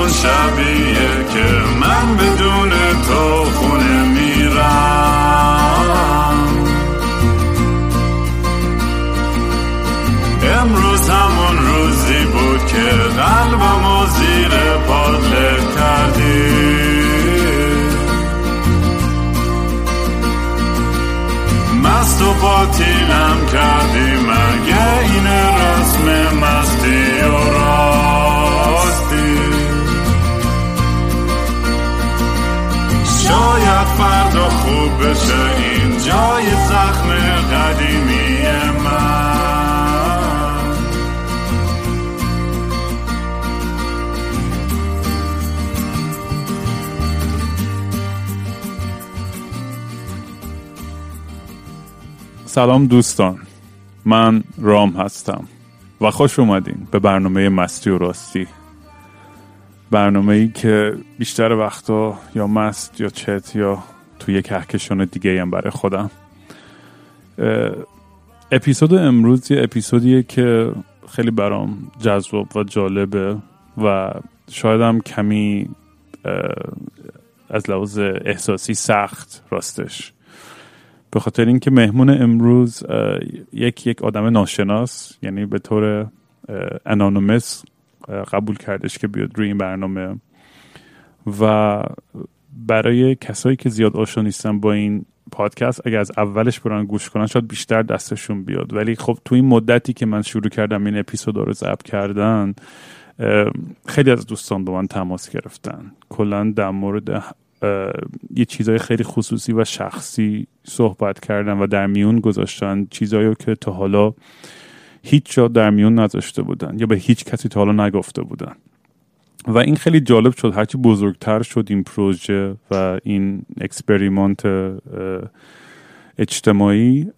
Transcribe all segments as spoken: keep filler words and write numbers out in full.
همون شبیه که من بدون تو خونه میرم. امروز همون روزی بود که قلبمو زیر پات له کردی. مست و باطیلم کردی، مگه این رسم مستی و راستی؟ شاید فردا خوب بشه این جای زخم قدیمی من. سلام دوستان، من رام هستم و خوش اومدین به برنامه مستی و راستی. برنامه‌ای که بیشتر وقتا یا مست یا چت یا توی یک کهکشان دیگه هم برای خودم. اپیزود امروز یه اپیزودیه که خیلی برام جذاب و جالبه و شاید هم کمی از لحاظ احساسی سخت راستش، به خاطر اینکه مهمون امروز یک یک آدم ناشناس، یعنی به طور انونیمس قبول کردش که بیاد روی این برنامه و برای کسایی که زیاد آشنا نیستن با این پادکست اگه از اولش برن گوش کنن شاید بیشتر دستشون بیاد. ولی خب تو این مدتی که من شروع کردم این اپیزودا رو ضبط کردن، خیلی از دوستان با من تماس گرفتن، کلا در مورد یه چیزای خیلی خصوصی و شخصی صحبت کردن و در میون گذاشتن چیزایی که تا حالا هیچ جا در میون نذاشته بودن یا به هیچ کسی تا حالا نگفته بودن و این خیلی جالب شد. هرچی بزرگتر شد این پروژه و این اکسپریمنت اجتماعی،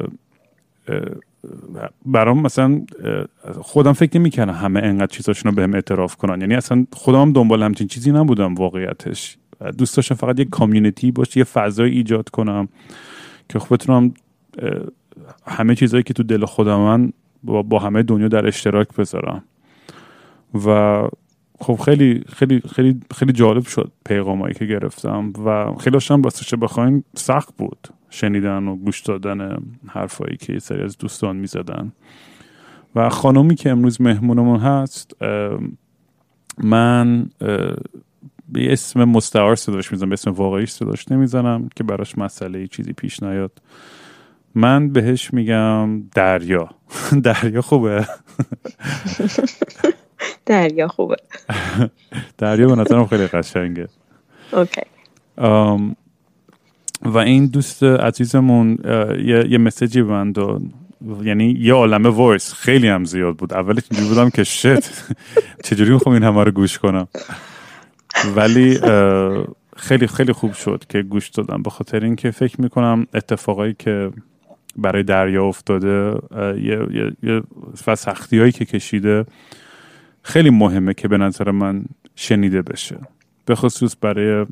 برام مثلا خودم فکر نمی‌کردم همه انقدر چیزاشونو بهم اعتراف کنن. یعنی اصلا خودم دنبال همچین چیزی نبودم واقعیتش. دوست داشتم فقط یک کامیونیتی باشه، یه فضای ایجاد کنم که خب بتونم همه چیزایی که تو دل خودم من با, با همه دنیا در اشتراک بذارم و خب خیلی خیلی خیلی خیلی جالب شد پیغامایی که گرفتم و خیلی داشتم راستش بخواین سخت بود شنیدن و گوش دادن حرفایی که یه سری از دوستان میزدن. و خانومی که امروز مهمونمون هست، من به اسم مستعار صداش میزنم، به اسم واقعیش صداش نمیزنم که براش مسئله چیزی پیش نیاد. من بهش میگم دریا. دریا خوبه؟ دریا خوبه. دریا به نظرم خیلی قشنگه. اوکی. و این دوست عزیزمون یه, یه مسیجی به من داد، یعنی یه عالمه وایس، خیلی هم زیاد بود. اولش اینجوری بودم که شت چجوری میخوام این همه رو گوش کنم، ولی خیلی خیلی خوب شد که گوش دادم، به خاطر اینکه فکر میکنم اتفاقایی که برای دریا افتاده یه, یه, یه و سختی هایی که کشیده خیلی مهمه که به نظر من شنیده بشه، به خصوص برای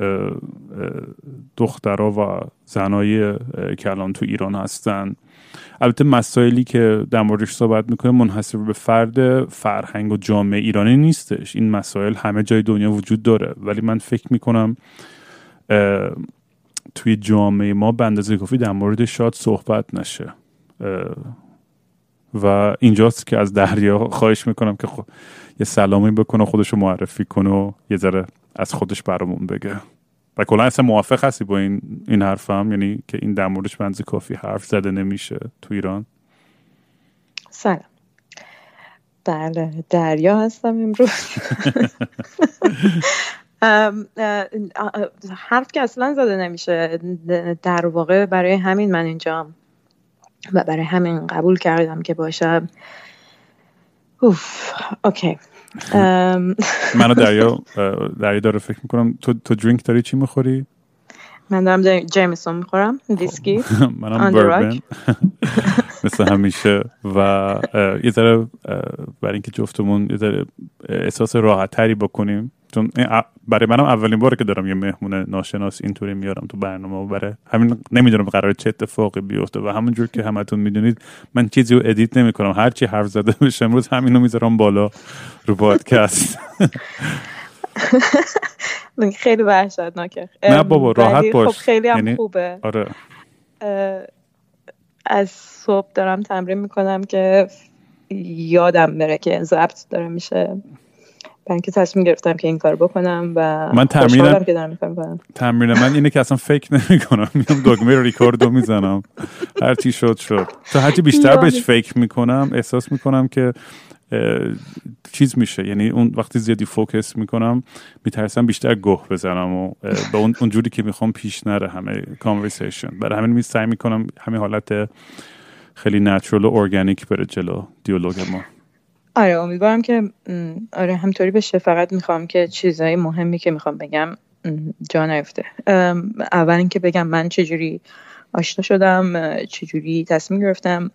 دخترها و زنایی که الان تو ایران هستن. البته مسائلی که در موردش صحبت میکنه منحصر به فرد فرهنگ و جامعه ایرانی نیستش. این مسائل همه جای دنیا وجود داره، ولی من فکر میکنم توی جامعه ما به اندازه کافی در مورد شاید صحبت نشه و اینجاست که از دریا خواهش میکنم که خب یه سلامی بکنه، خودشو معرفی کنه و یه ذره از خودش برامون بگه. و کلا اصلا موافق هستی با این این حرفم، یعنی که این در موردش بنز کافی حرف زده نمیشه تو ایران؟ سلام، بله دریا هستم امروز. حرف که اصلا زده نمیشه، در واقع برای همین من اینجام و برای همین قبول کردم که باشم. اوف اوکی. منو دریا دریا داره فکر میکنم. تو تو درینک داری چی میخوری؟ من دارم جیمسون میخورم، ویسکی. منم بربن مثل همیشه و یه ذره برای اینکه جفتمون یه ذره احساس راحت تری بکنیم، چون برای منم اولین باره که دارم یه مهمون ناشناس اینطوری میارم تو برنامه و برای همین نمیدونم قراره چه اتفاقی بیفته و همونجور که همتون میدونید من چیزی رو ادیت نمی کنم، هر چی حرف زده بشه امروز همینو میذارم بالا رو پادکست. خیلی وحشتناکه. نه بابا راحت باش. خب خیلی هم یعنی خوبه. آره. از صبح دارم تمرین میکنم که یادم بره که ضبط داره میشه. من که تصمیم گرفتم که این کار بکنم و من خوشحالم که دارم میکنم. تمرین من اینه که اصلا فکر نمیکنم، میام دکمه ریکوردو میزنم، هر چی شد شد. تا هرچی بیشتر بهش فکر میکنم احساس میکنم که چیز میشه، یعنی اون وقتی زیادی فوکس میکنم میترسم بیشتر گوه بزنم و به اون اونجوری که میخوام پیش نره همه کانورسیشن. برای همین می سعی میکنم همین حالت خیلی نچرال و ارگانیک بره جلو دیالوگ ما. آره امیدوارم که آره همطوری بشه. فقط میخوام که چیزای مهمی که میخوام بگم جا نیفته. اول اینکه بگم من چجوری آشنا شدم، چجوری تصمیم گرفتم.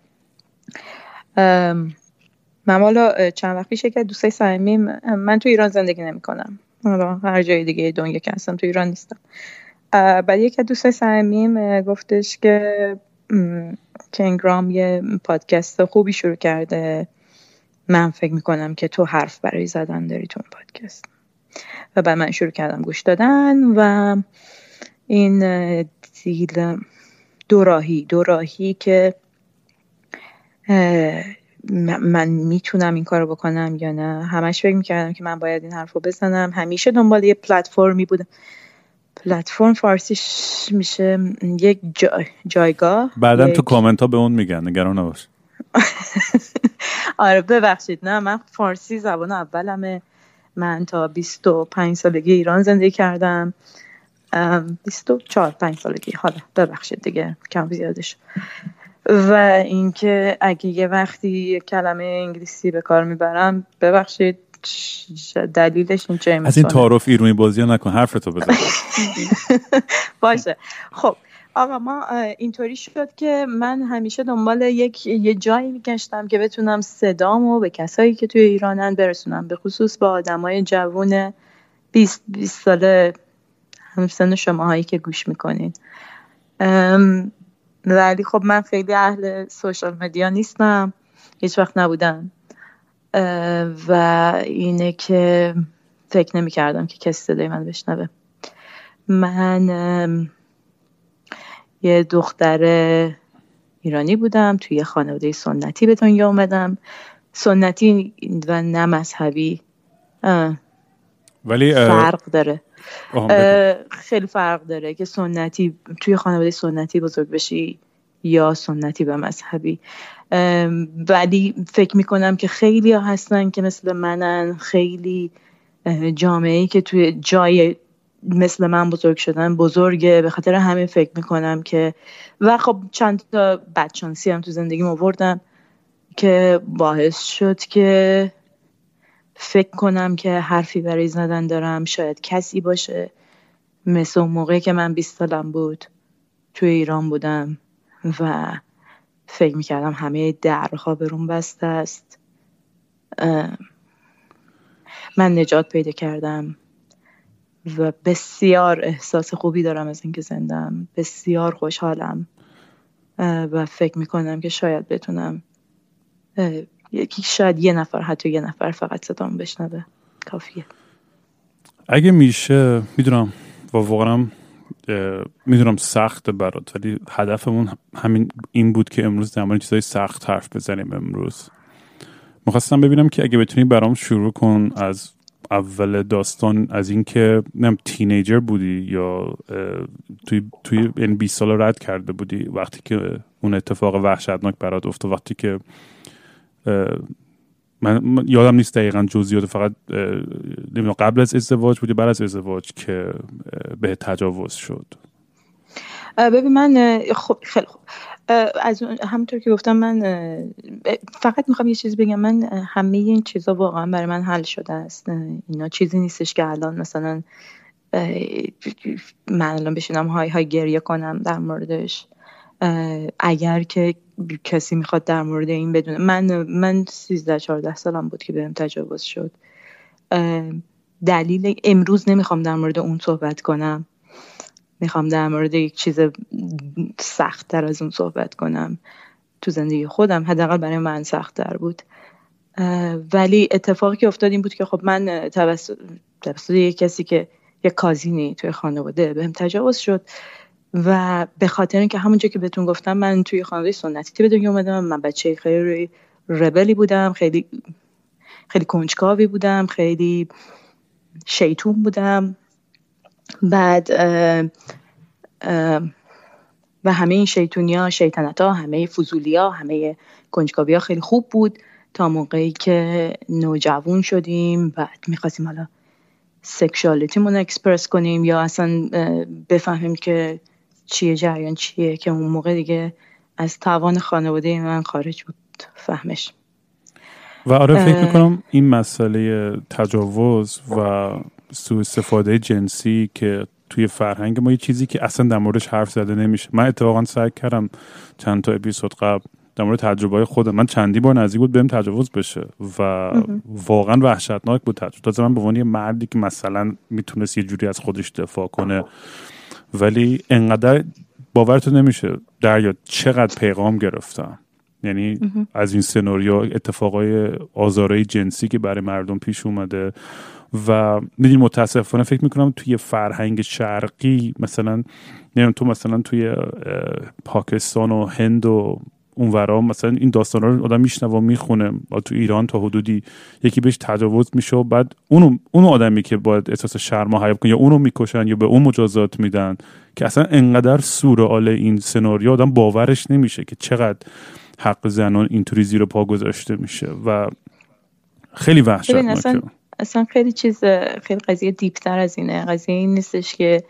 من والا چند وقت پیش که دوستای صمیمیم، من تو ایران زندگی نمی کنم، هر جای دیگه دنیا که هستم تو ایران نیستم. بعد یک دوستای صمیمیم گفتش که کنگرام یه پادکست خوبی شروع کرده، من فکر میکنم که تو حرف برای زدن داری تو اون پادکست. و بعد من شروع کردم گوش دادن و این دیل دوراهی دوراهی که من میتونم این کارو بکنم یا نه. همش فکر میکردم که من باید این حرفو بزنم. همیشه دنبال یه پلتفرمی بودم. پلتفرم فارسیش میشه یک جا... جایگاه. بعدن یک... تو کامنت ها به اون میگن، نگران نباش. آره ببخشید، نه من فارسی زبان اولمه. من تا بیست و پنج سالگی ایران زندگی کردم. بیست و چهار پنج سالگی، حالا ببخشید دیگه کم زیادش. و اینکه اگه یه وقتی کلمه انگلیسی به کار میبرم ببخشید، دلیلش این جیمسونه. از این تعارف ایرانی بازی ها نکن، حرفتو بزن. باشه. خب آقا ما اینطوری شد که من همیشه دنبال یک یه جایی میگشتم که بتونم صدامو به کسایی که توی ایرانن برسونم، به خصوص با آدمای جوون بیست بیست ساله همسن شماهایی که گوش میکنین. ولی خب من خیلی اهل سوشال مدیا نیستم، هیچ وقت نبودم و اینه که فکر نمی کردم که کسی صدای من بشنوه. من یه دختر ایرانی بودم، توی یه خانواده سنتی به دنیا اومدم، سنتی و نه مذهبی. ولی فرق داره، خیلی فرق داره که سنتی توی خانواده سنتی بزرگ بشی یا سنتی و مذهبی. ولی فکر میکنم که خیلی ها هستن که مثل منن، خیلی جامعه‌ای که توی جای مثل من بزرگ شدن بزرگه. به خاطر همین فکر میکنم که و خب چند تا بدشانسی هم تو زندگیم آوردم که باعث شد که فکر کنم که حرفی برای زدن دارم. شاید کسی باشه مثل اون موقعی که من بیست سالم بود توی ایران بودم و فکر میکردم همه درها برون بسته است. من نجات پیدا کردم و بسیار احساس خوبی دارم از اینکه زندم، بسیار خوشحالم و فکر میکنم که شاید بتونم یکی شاید یه نفر حتی یه نفر فقط صدام بشنوه کافیه. اگه میشه، میدونم و واقعا میدونم سخت برات، ولی هدفمون همین این بود که امروز در مورد چیزای سخت حرف بزنیم. امروز می‌خواستم ببینم که اگه بتونی برام شروع کن از اول داستان، از این که نم تینیجر بودی یا توی توی این بیست سال رد کرده بودی وقتی که اون اتفاق وحشتناک برات افتاد، وقتی که من یادم نیست دقیقاً جزئیات، فقط نمیدونم قبل از ازدواج بودی بعد از ازدواج که به تجاوز شد. ببین من خب خیلی خوب از همونطور که گفتم من فقط میخوام یه چیز بگم. من همه این چیزا واقعا برای من حل شده است. اینا چیزی نیستش که الان مثلا من الان بشینم های های گریه کنم در موردش. اگر که کسی میخواد در مورد این بدونه، من من سیزده چهارده سالم بود که بهم تجاوز شد. دلیل امروز نمیخوام در مورد اون صحبت کنم، میخوام در مورد یک چیز سخت تر از اون صحبت کنم. تو زندگی خودم حداقل برای من سخت تر بود. ولی اتفاقی که افتاد این بود که خب من توسط توسط یک کسی که یک کازینی توی خانواده بهم تجاوز شد و به خاطر اینکه همونجا که بهتون گفتم من توی خانواده سنتی به دنیا اومدم، من بچه خیلی ربلی بودم، خیلی خیلی کنجکاوی بودم، خیلی شیطون بودم. بعد اه اه و همه این شیطونی ها، شیطنت ها، همه فضولی ها، همه کنجکاوی ها خیلی خوب بود تا موقعی که نوجوان شدیم. بعد میخواستیم حالا سکشوالیتیمون اکسپرس کنیم یا اصلا بفهمیم که چیه جریان چیه، که اون موقع دیگه از توان خانواده من خارج بود فهمش. و آره فکر میکنم این مسئله تجاوز و سوء استفاده جنسی که توی فرهنگ ما یه چیزی که اصلا در موردش حرف زده نمیشه. من اتفاقا سعی کردم چند تا اپیزود قبل در مورد تجربه‌های خودم، من چندی بار نزدیک بود بهم تجاوز بشه و واقعا وحشتناک بود تجربه. تازه من به عنوان یه مردی که مثلا میتونست یه جوری از خودش دفاع کنه، ولی انقدر باورتون نمیشه دریا چقدر پیغام گرفتم، یعنی از این سناریو، اتفاقای آزارهای جنسی که برای مردم پیش اومده. و میدونی متاسفانه فکر میکنم توی فرهنگ شرقی مثلا نمیدونم تو مثلا توی پاکستان و هند و اونورا مثلا این داستانا رو آدم میشنوه و میخونه، و تو ایران تا حدودی یکی بهش تجاوز میشه و بعد اونو اون آدمی که باید احساس شرم و حیا کنه یا اونو میکشن یا به اون مجازات میدن، که اصلا انقدر سورئال این سناریو آدم باورش نمیشه که چقدر حق زنان اینطوری زیر پا گذاشته میشه و خیلی وحشتناکه. اصلا اصلا خیلی چیز، خیلی قضیه دیپتر از اینه. قضیه این نیستش که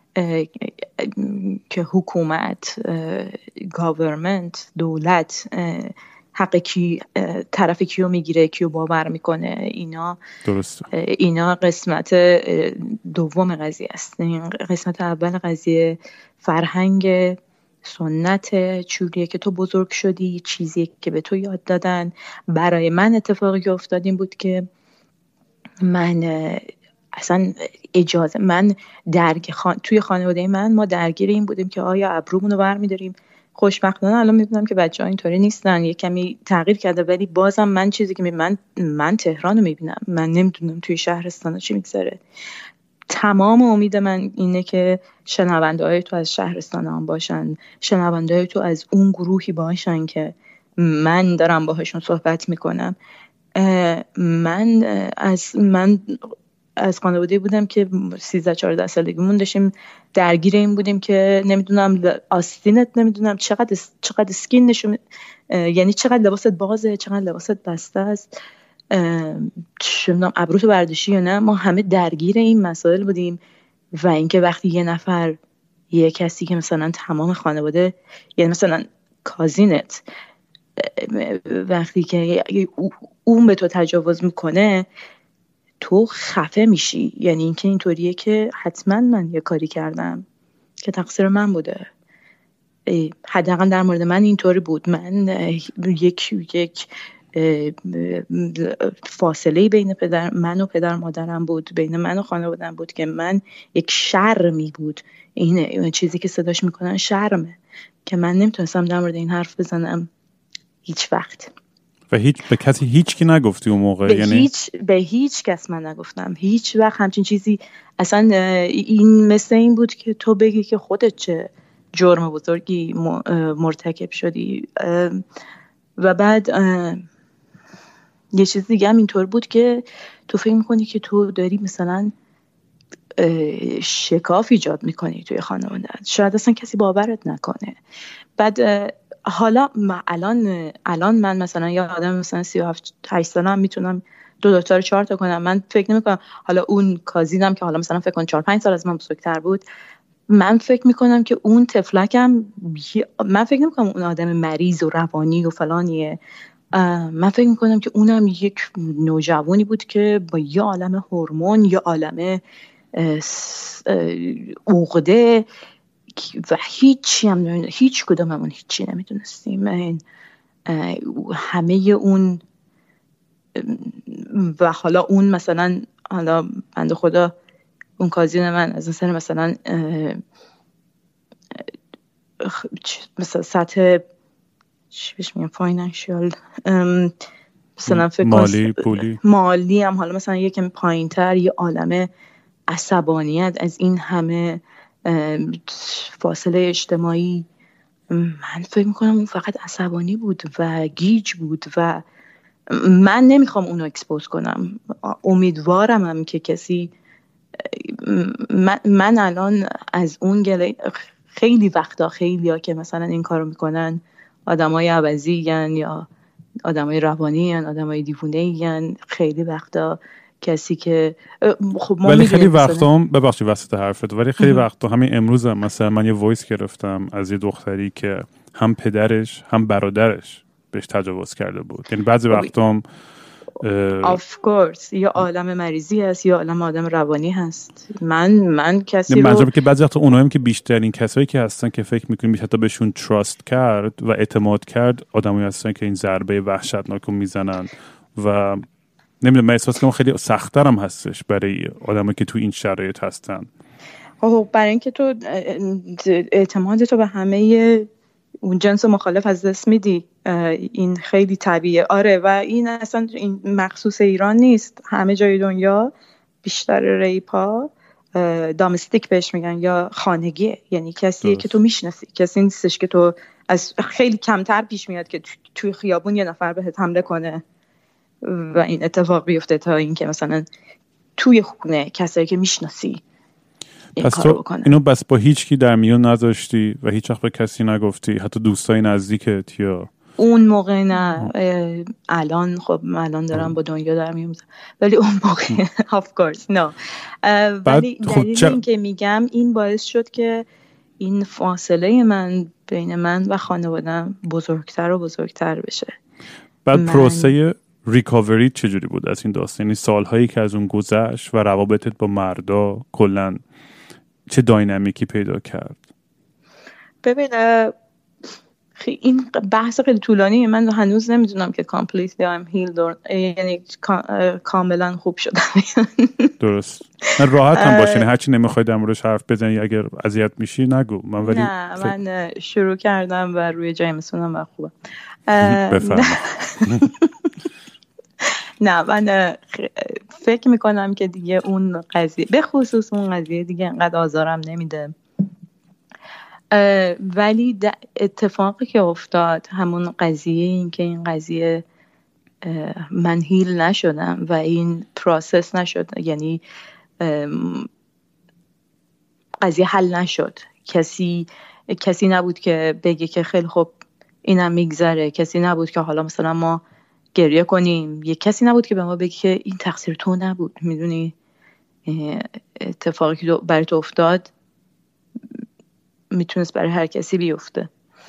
که حکومت، گاورمنت، دولت حق کی، طرف کیو میگیره، کیو باور میکنه. اینا درسته. اینا قسمت دوم قضیه است. این قسمت اول قضیه فرهنگ، سنت، چوریه که تو بزرگ شدی، چیزی که به تو یاد دادن. برای من اتفاقی که افتاد این بود که من اصلا اجازه من درگ خان... توی خانواده من ما درگیر این بودیم که آیا ابرومون رو برمی‌داریم. خوشبختانه الان می‌بینم که بچه‌ها اینطوری نیستن، یه کمی تغییر کرده، ولی بازم من چیزی که می... من من تهران رو می‌بینم، من نمیدونم توی شهرستانا چی می‌گذره. تمام امید من اینه که شنونده‌های تو از شهرستان هم باشن، شنونده‌های تو از اون گروهی باشن که من دارم باهاشون صحبت میکنم. من از من از خانواده بودم که سیزده چهارده سالگیمون داشتیم درگیر این بودیم که نمیدونم آستینت، نمیدونم چقدر چقدر اسکین نشون، یعنی چقدر لباست بازه، چقدر لباست بسته است، چه ابروتو برداشتی یا نه. ما همه درگیر این مسائل بودیم. و اینکه وقتی یه نفر، یه کسی که مثلا تمام خانواده، یعنی مثلا کازینت، وقتی که اون به تو تجاوز میکنه تو خفه میشی. یعنی اینکه اینطوریه که حتما من یه کاری کردم که تقصیر من بوده. حداقل در مورد من اینطوری بود. من یک یک فاصله بین پدر من و پدر مادرم بود، بین من و خانواده‌ام بود که من یک شرمی بود. اینه این چیزی که صداش میکنن شرمه، که من نمیتونستم در مورد این حرف بزنم هیچ وقت. و هیچ به کسی هیچ کی نگفتی اون موقع؟ به یعنی هیچ به هیچ کس من نگفتم هیچ وقت همچین چیزی. اصلا این مثل این بود که تو بگی که خودت چه جرم بزرگی مرتکب شدی. و بعد یه چیز دیگه هم اینطور بود که تو فکر میکنی که تو داری مثلا شکاف ایجاد میکنی توی خانواده، شاید اصلا کسی باورت نکنه. بعد حالا الان الان من مثلا یا آدم مثلا سی و هفت هشت سالم میتونم دو دوتا رو چهار تا کنم. من فکر نمیکنم حالا اون کازینم که حالا مثلا فکر کن چهار پنج سال از من بزرگتر بود، من فکر میکنم که اون تفلکم، من فکر نمیکنم اون آدم مریض و روانی و فلانیه. من فکر میکنم که اونم یک نوجوانی بود که با یه عالم هورمون، یه عالم عقده و هیچی هم نمیدونم، هیچ کدوممون هیچی نمیدونستیم. همه اون و حالا اون مثلا حالا بنده خدا اون کازین من از نظر مثلا مثلا سطح چی بهش میگم فاینانشیال مثلا فکر مالی پولی مالی هم حالا مثلا یکم پایین‌تر یه عالمه عصبانیت از این همه فاصله اجتماعی. من فکر میکنم اون فقط عصبانی بود و گیج بود و من نمیخوام اونو اکسپوز کنم. امیدوارم هم که کسی من, من الان از اون گله خیلی وقتا خیلی ها که مثلا این کارو میکنن آدمای عوضی گن یا آدمای روانی گن آدمای دیوونه گن. خیلی وقتا کسی که خب ما ولی خیلی وقتا هم ببخشید وسط حرفت ولی خیلی وقتا همین امروز هم مثلا من یه وایس گرفتم از یه دختری که هم پدرش هم برادرش بهش تجاوز کرده بود. یعنی بعضی وقتا هم آف کورس یا عالم مریضی هست یا عالم آدم روانی هست. من من کسی رو منظورم که بعضی وقتا اونایی که بیشترین کسایی که هستن که فکر میکنیم میشه حتی بهشون تراست کرد و اعتماد کرد آدمایی هستن که این ضربه وحشتناک رو میزنن و نمیدونم من احساس کنم خیلی سخت‌تر هم هستش برای آدمایی که تو این شرایط هستن. اوه برای اینکه تو اعتماد تو به همه اون جنس مخالف از دست میدی. این خیلی طبیعیه. آره و این اصلا این مخصوص ایران نیست، همه جای دنیا بیشتر ریپا دامستیک بهش میگن یا خانگیه. یعنی کسیه که تو میشناسی، کسی نیستش که تو از خیلی کمتر پیش میاد که توی خیابون یه نفر بهت حمله کنه و این اتفاق بیفته تا این که مثلا توی خونه کسایی که میشناسی این پس کارو تو بکنه. اینو بس با هیچ کی در میون نذاشتی و هیچ وقت به کسی نگفتی، حتی دوستای نزدیکت؟ یا اون موقع نه. الان خب الان دارم با دنیا در میون، ولی اون موقع of course no. ولی دلیل چه... این که میگم این باعث شد که این فاصله من بین من و خانوادم بزرگتر و بزرگتر بشه. بعد من... پروسه ریکاوری چجوری بود از این داستان؟ یعنی سالهایی که از اون گذشت و روابطت با مردا کلن چه داینامیکی پیدا کرد؟ ببین این بحث خیلی طولانیه. من هنوز نمیدونم که completely I'm healed یعنی کاملا خوب شدم. درست. من راحت هم باشین هرچی نمیخوای در موردش حرف بزنی، اگر اذیت میشی نگو. من ولی نه فکر... من شروع کردم و روی جای میسونم و خوبه. بفرمایید. نه من فکر میکنم که دیگه اون قضیه به خصوص اون قضیه دیگه انقدر آزارم نمیده. ولی اتفاقی که افتاد همون قضیه این که این قضیه من هیل نشدم و این پروسس نشد، یعنی قضیه حل نشد. کسی کسی نبود که بگه که خیلی خوب اینم میگذره، کسی نبود که حالا مثلا ما گریه کنیم، یه کسی نبود که به ما بگه که این تقصیر تو نبود. میدونی اتفاقی که برای تو افتاد میتونست برای هر کسی بیفته.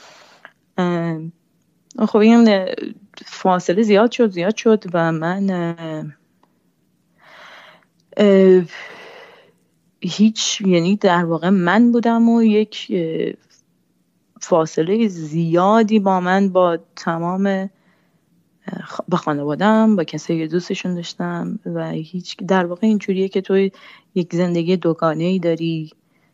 خب این فاصله زیاد شد زیاد شد و من هیچ، یعنی در واقع من بودم و یک فاصله زیادی با من با تمام با خانوادم، با کسایی که دوستشون داشتم و هیچ، در واقع اینجوریه که تو یک زندگی دوگانه‌ای داری.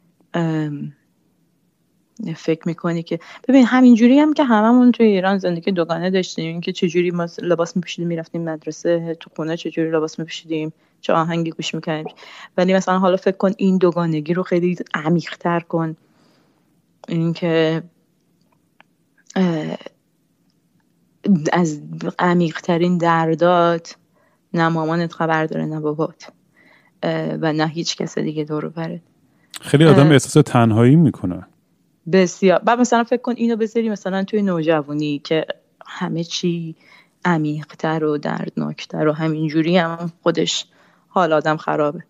فکر میکنی که ببین همینجوری هم که هممون توی ایران زندگی دوگانه داشتیم که چجوری ما لباس میپوشیدیم میرفتیم مدرسه، تو خونه چجوری لباس میپوشیدیم، چه آهنگی گوش میکنیم. ولی مثلا حالا فکر کن این دوگانگی رو خیلی عمیق‌تر کن، این که از عمیق‌ترین دردات نه مامانت خبر داره نه بابات و نه هیچ کس دیگه دور و برت. خیلی آدم احساس تنهایی میکنه. بسیار. بعد مثلا فکر کن اینو بذاری مثلا توی نوجوانی که همه چی عمیق‌تر و دردناکتر و همینجوری هم خودش حال آدم خرابه.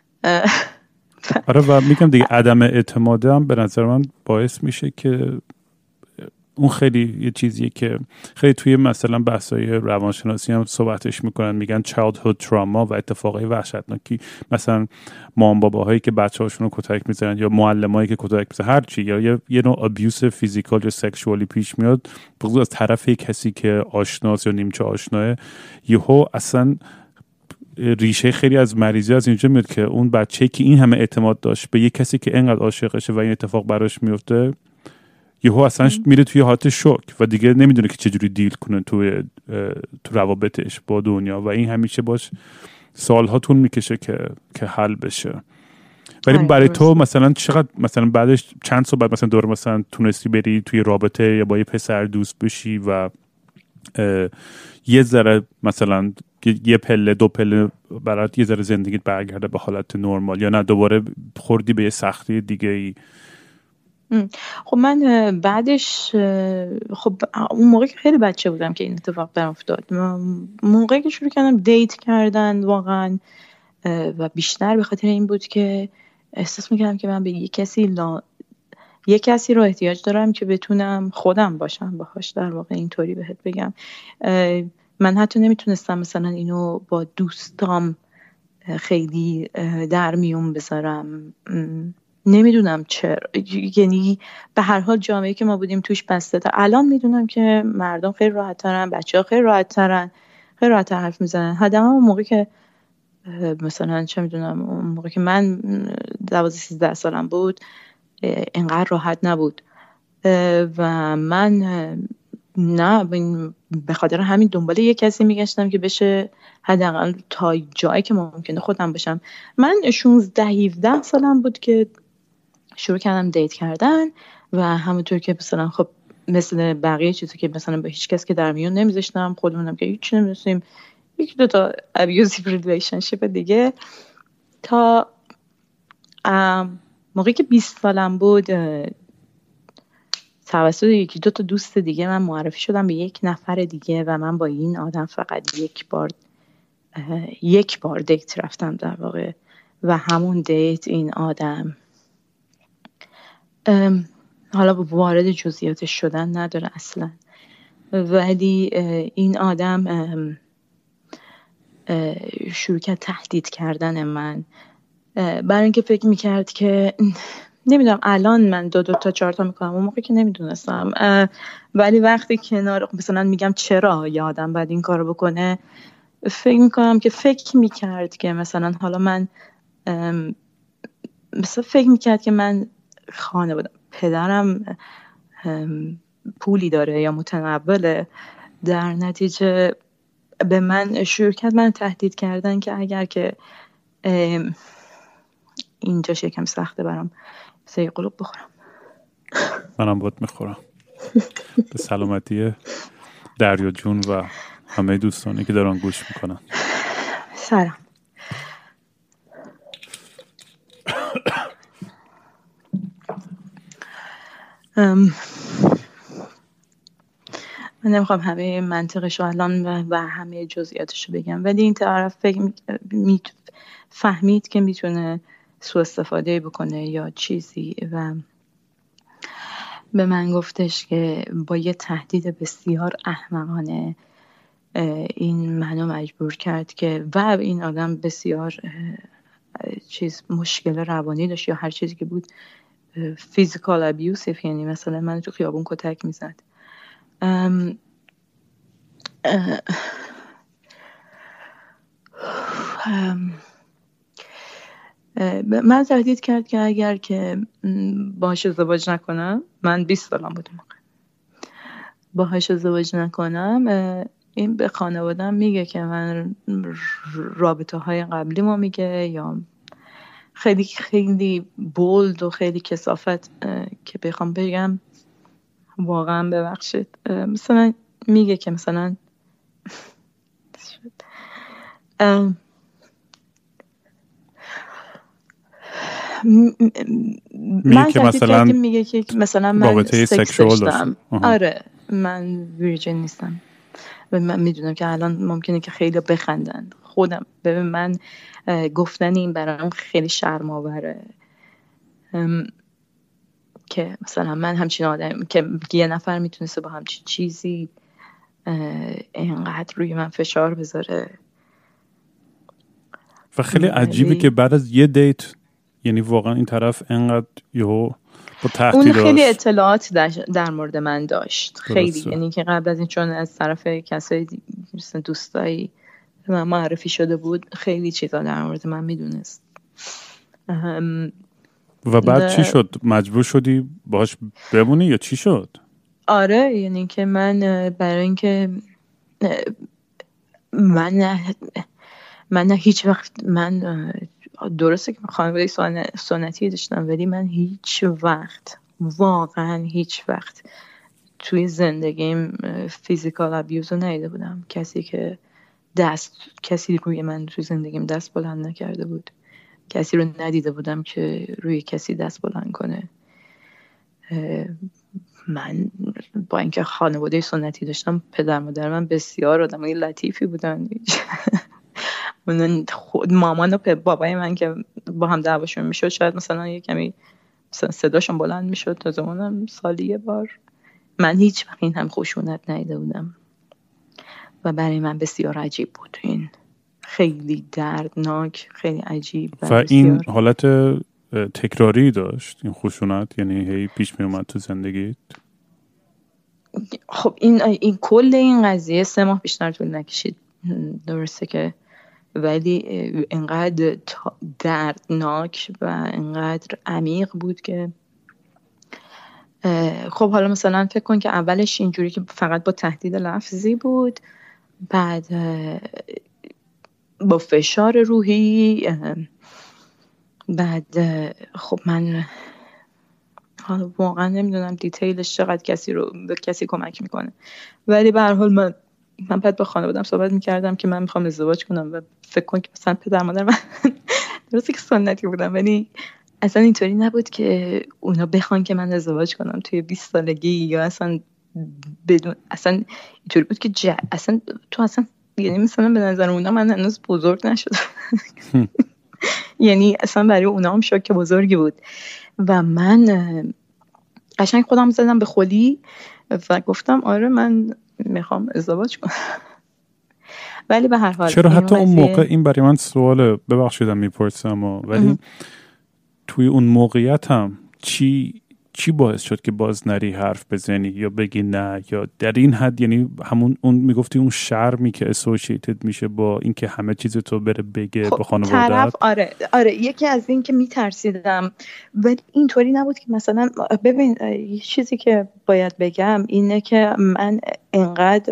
آره و میگم دیگه عدم اعتماده هم به نظر من باعث میشه که اون خیلی یه چیزیه که خیلی توی مثلا بحث‌های روانشناسی هم صحبتش میکنن، میگن childhood trauma و اتفاقای وحشتناکی، مثلا مام باباهایی که بچه‌هاشون رو کتک میزنن یا معلمایی که کتک میزنن، هر چی، یا یه, یه نوع ابیوس فیزیکال یا سکشوالی پیش میاد بخصوص از طرف کسی که آشناست یا نیمچه آشناه، یهو اصلا ریشه خیلی از مریضی از اینجا میاد که اون بچه‌ای که این همه اعتماد داشت به یه کسی که اینقدر عاشقشه و این اتفاق براش میفته، یهو اصلا میره توی حالت شوک و دیگه نمیدونه که چجوری دیل کنه توی تو روابطش با دنیا و این همیشه باش سالها طول میکشه که که حل بشه. ولی برای تو مثلا چقدر مثلا بعدش چند سال بعد مثلا دور مثلا تونستی بری توی رابطه یا با یه پسر دوست بشی و یه ذره مثلا یه پله دو پله برات یه ذره زندگیت برگرده به حالت نرمال، یا نه دوباره خوردی به یه سختی دیگه ای؟ خب من بعدش خب اون موقع که خیلی بچه بودم که این اتفاق برام افتاد. موقعی که شروع کردم دیت کردن واقعا و بیشتر به خاطر این بود که احساس میکردم که من به یک کسی لا... یک کسی رو احتیاج دارم که بتونم خودم باشم باهاش. در واقع اینطوری بهت بگم من حتی نمیتونستم مثلا اینو با دوستام خیلی در میون بذارم. نمیدونم چرا، یعنی به هر حال جامعه که ما بودیم توش بسته تا الان میدونم که مردم خیلی راحت ترن، بچه ها خیلی راحت ترن، خیلی راحت تر حرف میزنن. حداقل اون موقع که مثلا چه میدونم اون موقع که من دوازده سیزده سالم بود اینقدر راحت نبود و من نه به خاطر همین دنبال یه کسی میگشتم که بشه حداقل تا جایی که ممکنه خودم بشم. من شانزده هفده سالم بود که شروع کردم دیت کردن و همونطور که مثلا خب مثل بقیه چیزی که مثلا به هیچ کس که در میون نمیذاشتم، خودمونم که هیچ نمیدونستیم، یک دو تا ابیوزیو ریلیشنشیپ دیگه، تا موقعی که بیست سالم بود توسط یکی دو تا دوست دیگه من معرفی شدم به یک نفر دیگه و من با این آدم فقط یک بار یک بار دیت رفتم در واقع و همون دیت این آدم حالا وارد جزئیاتش شدن نداره اصلا، ولی این آدم شروع کرد تهدید کردن من برای اینکه فکر میکرد که نمیدونم الان من دو دو تا چهار تا میکنم، اون موقع که نمیدونستم، ولی وقتی کنار مثلا میگم چرا یه آدم باید این کارو بکنه، فکر میکنم که فکر میکرد که مثلا حالا من مثلا فکر میکرد که من خانواده پدرم پولی داره یا متنوله، در نتیجه به من شروع کرد من تهدید کردن که اگر که اینجا یکم سخته برام سه قلوب بخورم. منم باید میخورم. به سلامتی دریا جون و همه دوستانی که دارن گوش میکنن. سلام. من نمیخوام همه منطقش رو الان و همه جزئیاتش رو بگم، ولی این طرف فکر می فهمید که میتونه سوء استفاده بکنه یا چیزی و به من گفتش که با یه تهدید بسیار احمقانه این منو مجبور کرد که و این آدم بسیار چیز مشکل روانی داشت یا هر چیزی که بود، فیزیکال ابیوسیف، یعنی مثلا من تو خیابون کتک میزد. ام ام ام من تهدید کرد که اگر که باهاش ازدواج نکنم، من بیست سالم بود موقع، باهاش ازدواج نکنم این به خانواده‌ام میگه که من رابطه های قبلی ما میگه یا خیلی خیلی بولد و خیلی کثافت که بخوام بگم واقعا ببخشید، مثلا میگه که مثلا من که مثلا میگه که مثلا من سکس داشتم، آره من ویرجن نیستم و من میدونم که الان ممکنه که خیلی بخندن، خودم ببین من گفتن این برام خیلی شرم آوره که مثلا من همچین آدم که یه نفر میتونسته با همچین چیزی اینقدر روی من فشار بذاره. و خیلی عجیبه که بعد از یه دیت، یعنی واقعا این طرف اینقدر یهو با تهدید اون خیلی اطلاعات در مورد من داشت خیلی، یعنی که قبل از این چون از طرف کسای مثلا دوستایی من معرفی شده بود خیلی چیزا در مورد من میدونست. و بعد چی شد؟ مجبور شدی باهاش بمونی یا چی شد؟ آره یعنی که من برای اینکه من نه من نه هیچ وقت من درسته که خانواده سنتی داشتم ولی من هیچ وقت واقعا هیچ وقت توی زندگیم فیزیکال ابیوز رو ندیده بودم. کسی که دست کسی روی من توی زندگیم دست بلند نکرده بود، کسی رو ندیده بودم که روی کسی دست بلند کنه. من با اینکه خانواده سنتی داشتم، پدر مادر من بسیار آدمای لطیفی بودن. من خود مامان و بابای من که با هم دعواشون میشد شاید مثلا یه کمی مثلا صداشون بلند میشد تا زمانم سالی یه بار. من هیچ وقت این هم خشونت ندیده بودم و برای من بسیار عجیب بود. این خیلی دردناک، خیلی عجیب و, و این حالت تکراری داشت این خشونت، یعنی هی پیش می اومد تو زندگیت؟ خب این این کل این قضیه سه ماه بیشتر طول نکشید درسته که، ولی اینقدر دردناک و اینقدر عمیق بود که خب حالا مثلا فکر کن که اولش اینجوری که فقط با تهدید لفظی بود، بعد با فشار روحی، بعد خب من حالا واقعا نمیدونم دیتیلش چقدر کسی رو به کسی کمک میکنه، ولی به هر حال من من بعد با خانواده‌ام صحبت میکردم که من میخوام ازدواج کنم و فکر کن که مثلا پدر مادر من درسته که سنتی بودم ولی اصلا اینطوری نبود که اونا بخوان که من ازدواج کنم توی بیست سالگی، یا اصلا بدون اصلا اینطوری بود که جا... اصلا تو اصلا یعنی مثلا به نظر اونا من هنوز بزرگ نشدم. یعنی اصلا برای اونا هم شوک بزرگی بود و من قشنگ خودم زدم به خودی و گفتم آره من میخوام ازدواج کنم. ولی به هر حال چرا حتی اون موقع این برای من سواله، ببخشیدم میپرسم ولی توی اون موقعیت هم چی چی باعث شد که باز نری حرف بزنی یا بگی نه، یا در این حد یعنی همون اون میگفتی اون شرمی که اسوسییتد میشه با اینکه همه چیز تو بره بگه خب با خانواده‌ات؟ آره آره یکی از این که میترسیدم، ولی اینطوری نبود که مثلا ببین یه چیزی که باید بگم اینه که من انقدر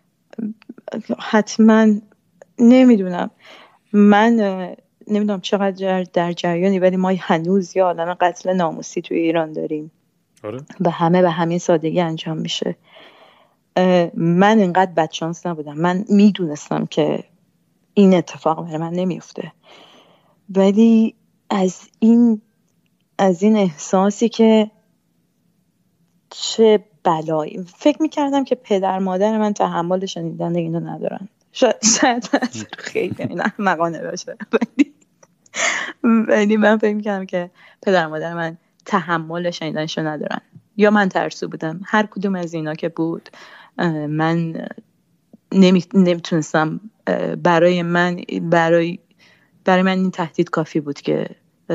حتما نمیدونم من نمیدونم چقدر در جریانی، ولی ما هنوز یه عالم قتل ناموسی توی ایران داریم. آره. و همه به همین سادگی انجام میشه. من اینقدر بدشانس نبودم، من میدونستم که این اتفاق برای من نمیفته، ولی از این از این احساسی که چه بلایی، فکر میکردم که پدر مادر من تحمل شنیدن اینو ندارن. شاید شاید خیلی این احمقانه باشه، ولی ولی من فکر میکردم که پدر مادر من تحمل شنیدنشو ندارن، یا من ترسو بودم. هر کدوم از اینا که بود من نمی... نمیتونستم برای من برای برای من این تهدید کافی بود که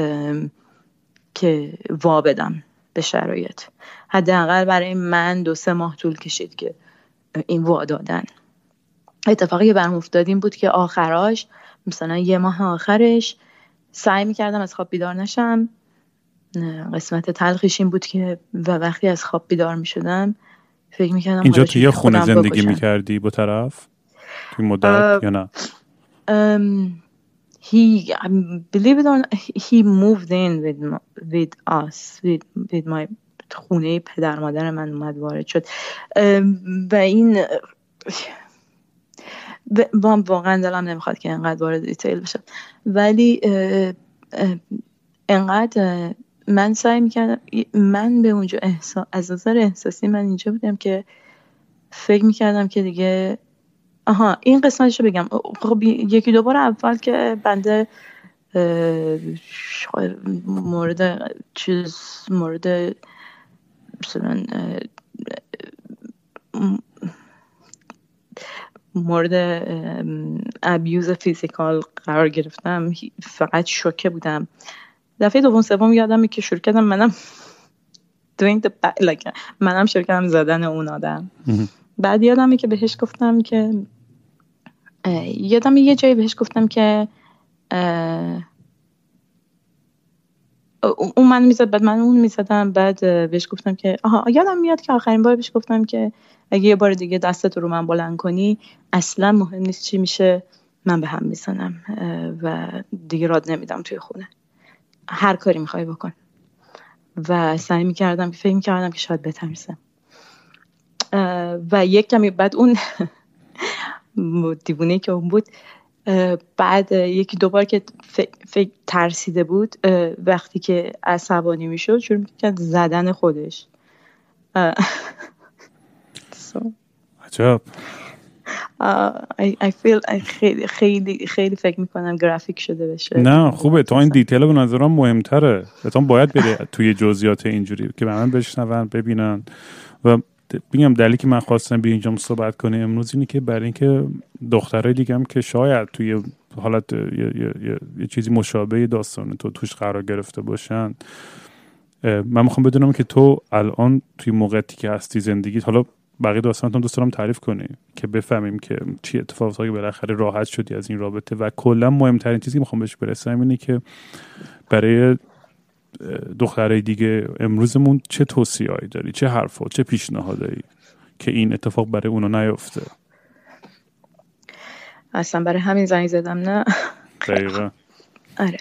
که وا بدم به شرایط. حداقل برای من دو سه ماه طول کشید که این وا دادن. اتفاقی که برام افتاد این بود که آخراش مثلا یه ماه آخرش سعی میکردم از خواب بیدار نشم. قسمت تلخیش این بود که و وقتی از خواب بیدار میشدم فکر میکردم اینجا توی یه خونه زندگی میکردی با طرف توی مدت یا نه؟ um, he believe it or not, he moved in with with us with with my خونه پدر مادر من اومد وارد شد و این با واقعا دلم نمیخواد که انقدر وارد دیتیل بشم، ولی انقدر من سعی میکردم، من به اونجا احساس از نظر احساسی من اینجا بودم که فکر میکردم که دیگه آها این قسمتشو بگم. خب یکی دو بار اول که بنده مورد چیز مورد مثلا مورد ابیوز فیزیکال قرار گرفتم فقط شوکه بودم. دفعه دوم سوم یادمه که شروع کردم منم doing the back, like منم شروع کردم زدن اون آدم. بعد یادمه که بهش گفتم که یادمه یه جایی بهش گفتم که اون من میزد، بعد من اون میزدم، بعد بهش گفتم که آها یادم میاد که آخرین بار بهش گفتم که اگه یه بار دیگه دستت رو من بلند کنی اصلا مهم نیست چی میشه، من به هم میزنم و دیگه راد نمیدم توی خونه، هر کاری میخوای بکن. و سعی میکردم که فکر میکردم که شاید بترسم و یک کمی بعد اون دیوونه که اون بود، بعد یکی دوبار که فکر ترسیده بود، وقتی که عصبانی میشد شروع میکرد زدن خودش. عجب. I, I feel I خیلی خیلی خیلی فکر میکنم گرافیک شده بشه. نه خوبه، تو این دیتیل به نظرم مهمتره، تو باید بری توی جزئیات اینجوری که من بشنون ببینن. و بگم دلیلی که من خواستم به اینجا صحبت کنم امروز اینه که برای اینکه دخترای دیگه هم که شاید توی حالت یه, یه،, یه،, یه چیزی مشابه داستان تو توش قرار گرفته باشن، من میخوام بدونم که تو الان توی موقعیتی که هستی زندگیت، حالا بقیه داستانتون دوست دارم تعریف کنی که بفهمیم که چی اتفاقاتی بالاخره راحت شدی از این رابطه. و کلا مهمترین چیزی که میخوام بهش برسم اینه که برای دخترای دیگه امروزمون چه توصیه‌ای داری، چه حرفا، چه پیشنهادایی که این اتفاق برای اونا نیفته؟ اصلا برای همین زنگ زدم. نه دقیقاً. آره.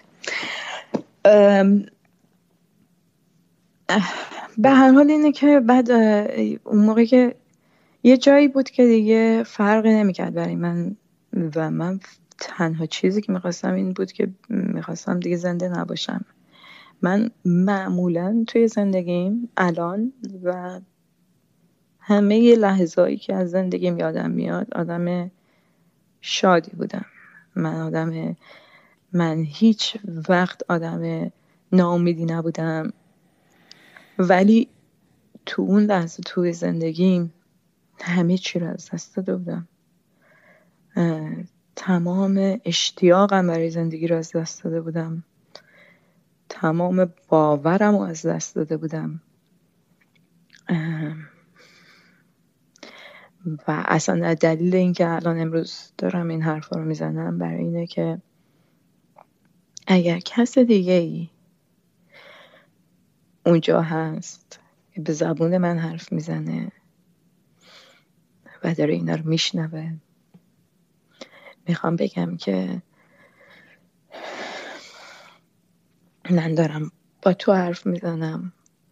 به هر حال اینه که بعد اون موقع که یه جایی بود که دیگه فرقی نمیکرد برای من و من تنها چیزی که میخواستم این بود که میخواستم دیگه زنده نباشم. من معمولا توی زندگیم الان و همه ی لحظه‌ای که از زندگیم یادم میاد آدم شادی بودم. من آدم من هیچ وقت آدم ناامیدی نبودم، ولی تو اون لحظه توی زندگیم همه چی رو از دست داده بودم. تمام اشتیاقم برای زندگی رو از دست داده بودم، تمام باورم رو از دست داده بودم و اصلا دلیل این که الان امروز دارم این حرفا رو میزنم برای اینه که اگر کس دیگه ای اونجا هست که به زبون من حرف میزنه و داره اینا رو میشنوه، میخوام بگم که من دارم با تو حرف میزنم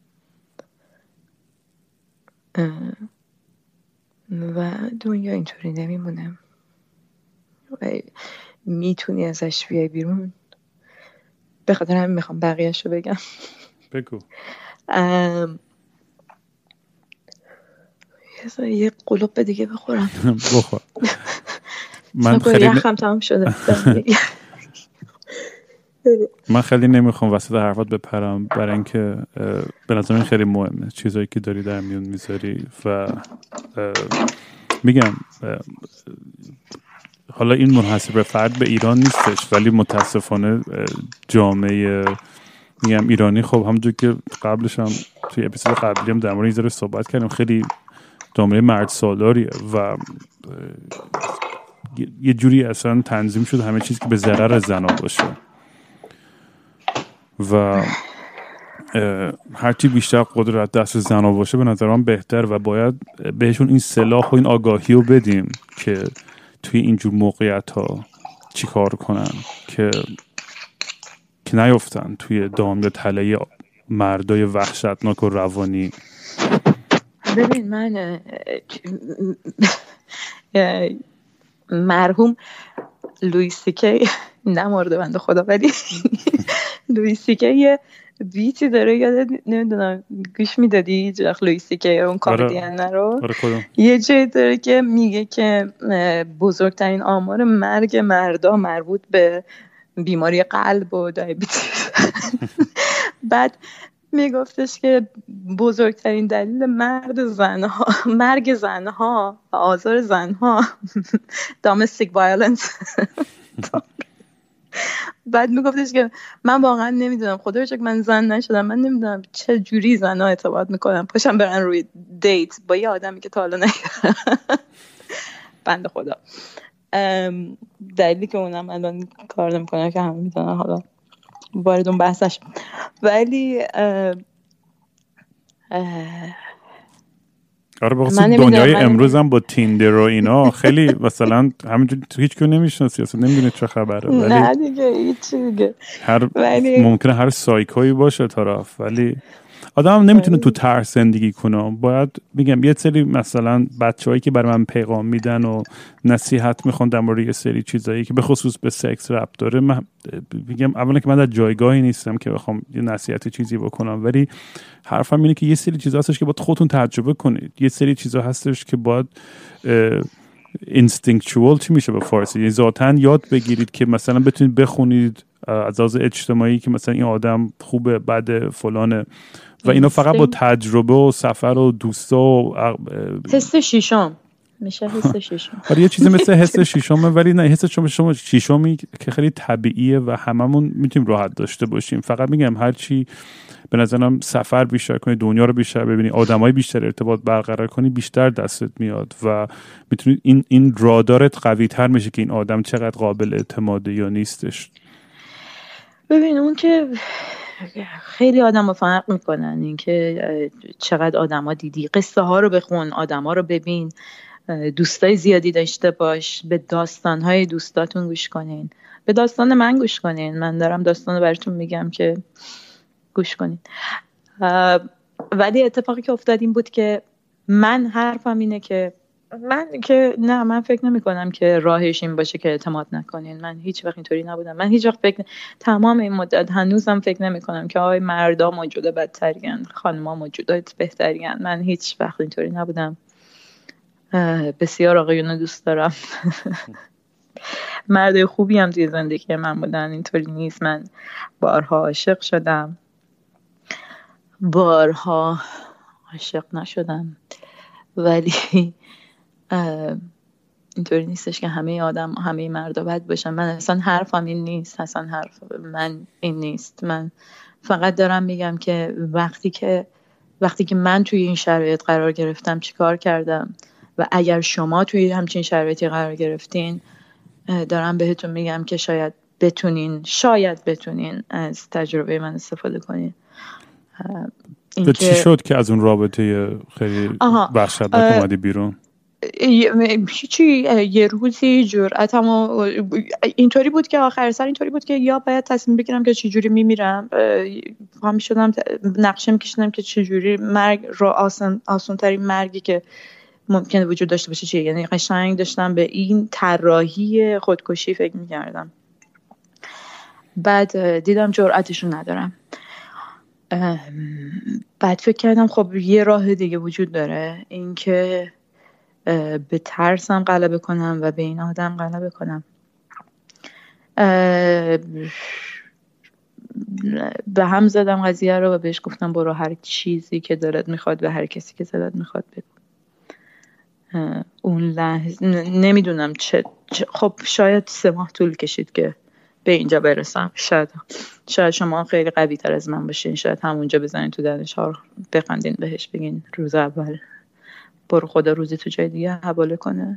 و دنیا اینطوری نمیمونه و میتونی ازش بیای بیرون. به خاطر همین میخوام بقیه‌شو بگم. بگو. یه قلوب دیگه بخورم. بخور. من خیلی یخم تمام شده. من خیلی نمیخوام وسط حرفات بپرم برای اینکه به نظر من خیلی مهمه چیزایی که داری در میون میذاری و میگم حالا این منحصر به فرد به ایران نیستش، ولی متاسفانه جامعه میگم ایرانی خب همونجور که قبلش هم توی اپیزود قبلی هم در مورد این ذره صحبت کردیم خیلی جامعه مرد سالاریه و یه جوری اصلا تنظیم شد همه چیز که به ضرر زنا باشه و هرچی بیشتر قدرت دست زنا باشه به نظر من بهتر و باید بهشون این سلاح و این آگاهی رو بدیم که توی اینجور موقعیت ها چی کار کنن که که نیفتن توی دام یا تله مردای وحشتناک و روانی. ببین من مرحوم لوئیس سی کی نمارده بنده خدا، ولی لوئیس سی کی یه بیتی داره، یاد نمیدونم گوش میدادی جاخ لوئیس سی کی اون کمدین رو؟ یه جایی داره که میگه که بزرگترین آمار مرگ مردا مربوط به بیماری قلب و دیابتیس. بعد میگفتش که بزرگترین دلیل مرد زنها مرگ زنها و آزار زنها domestic violence. بعد میگفتش که من واقعا نمیدونم، خدا رو شکر من زن نشدم، من نمیدونم چه جوری زنها ارتباط میکنن پاشم برن روی دیت با یه آدمی که تا حالا ندیدم. بنده خدا. دلیلی که اونم الان کار نمیکنه که همه میدونن. حالا وارد اون بحثش. ولی اه اه آره بخصوص دنیای امروز هم با تیندر و اینا خیلی مثلا همینجوری تو هیچ کی نمیشناسی اصلا نمیدونه چه خبره، ولی نه دیگه هیچ دیگه هر ولی... ممکنه هر سایکویی باشه طرف، ولی آدم نمیتونه تو ترس زندگی کنه. باید میگم یه سری مثلا بچه‌هایی که برای من پیغام میدن و نصیحت میخوان در مورد یه سری چیزایی که به خصوص به سکس ربط داره، من میگم اولا که من در جایگاهی نیستم که بخوام یه نصیحت چیزی بکنم، ولی حرفم اینه که یه سری چیزا هستش که باید خودتون تجربه کنید. یه سری چیزا هستش که باید اینستینکچوال چی میشه به فارسی، یعنی ذاتاً یاد بگیرید که مثلا بتونید بخونید از لحاظ اجتماعی که مثلا این آدم خوبه بده فلانه و اینا فقط با تجربه و سفر و دوستا و حس شیشم میشه. حس شیشم آره یه چیزی مثل حس شیشمه، ولی نه حس شما شما شیشمی که خیلی طبیعیه و هممون میتونیم راحت داشته باشیم. فقط میگم هر چی به نظرم سفر بیشتر کنی، دنیا رو بیشتر ببینی، آدمای بیشتر ارتباط برقرار کنی، بیشتر دستت میاد و میتونی این این رادارت قوی تر میشه که این آدم چقدر قابل اعتماده یا نیستش. ببین اون که خیلی آدم ها فرق میکنن، این که چقدر آدم ها دیدی، قصه ها رو بخون، آدم ها رو ببین، دوستای زیادی داشته باش، به داستان های دوستاتون گوش کنین، به داستان من گوش کنین. من دارم داستان رو براتون میگم که گوش کنین. ولی اتفاقی که افتاد این بود که من حرفم اینه که من که نه من فکر نمی کنم که راهش این باشه که اعتماد نکنین. من هیچ وقت اینطوری نبودم. من هیچ وقت فکر ن... تمام این مدت هنوزم فکر نمی کنم که آهای مردا موجوده بدترین، خانما موجوده بهترین. من هیچ وقت اینطوری نبودم. بسیار آقایون دوست دارم. مرد خوبی هم توی زندگی من بودن، اینطوری نیست. من بارها عاشق شدم، بارها عاشق نشدم، ولی اینطوری نیستش که همه آدم همه مردا بد باشن. من اصلا حرفم این نیست، اصلا حرف من این نیست. من فقط دارم میگم که وقتی که وقتی که من توی این شرایط قرار گرفتم چیکار کردم و اگر شما توی همچین شرایطی قرار گرفتین، دارم بهتون میگم که شاید بتونین شاید بتونین از تجربه من استفاده کنین. تو چی شد که از اون رابطه خیلی وحشتناک اومدی بیرون؟ چی یه روزی جرأتمو اینطوری بود که آخر سر اینطوری بود که یا باید تصمیم بگیرم که چه جوری میمیرم، فهم شدم نقشه میکشیدم که چه جوری مرگ رو آسان آسان ترین مرگی که ممکنه وجود داشته باشه چیه. یعنی قشنگ داشتم به این طراحی خودکشی فکر میکردم. بعد دیدم جرأتشو ندارم. بعد فکر کردم خب یه راه دیگه وجود داره، این که به ترسم غلبه کنم و به این آدم غلبه کنم. به هم زدم قضیه رو و بهش گفتم برو هر چیزی که دلت میخواد به هر کسی که دلت میخواد بگو. اون لحظه نمیدونم چه خب شاید سه ماه طول کشید که به اینجا برسم. شاید شاید شما خیلی قوی تر از من باشین، شاید همونجا بزنین تو دلش ها بخندین بهش بگین روز اول برو خدا روزی تو جای دیگه حواله کنه.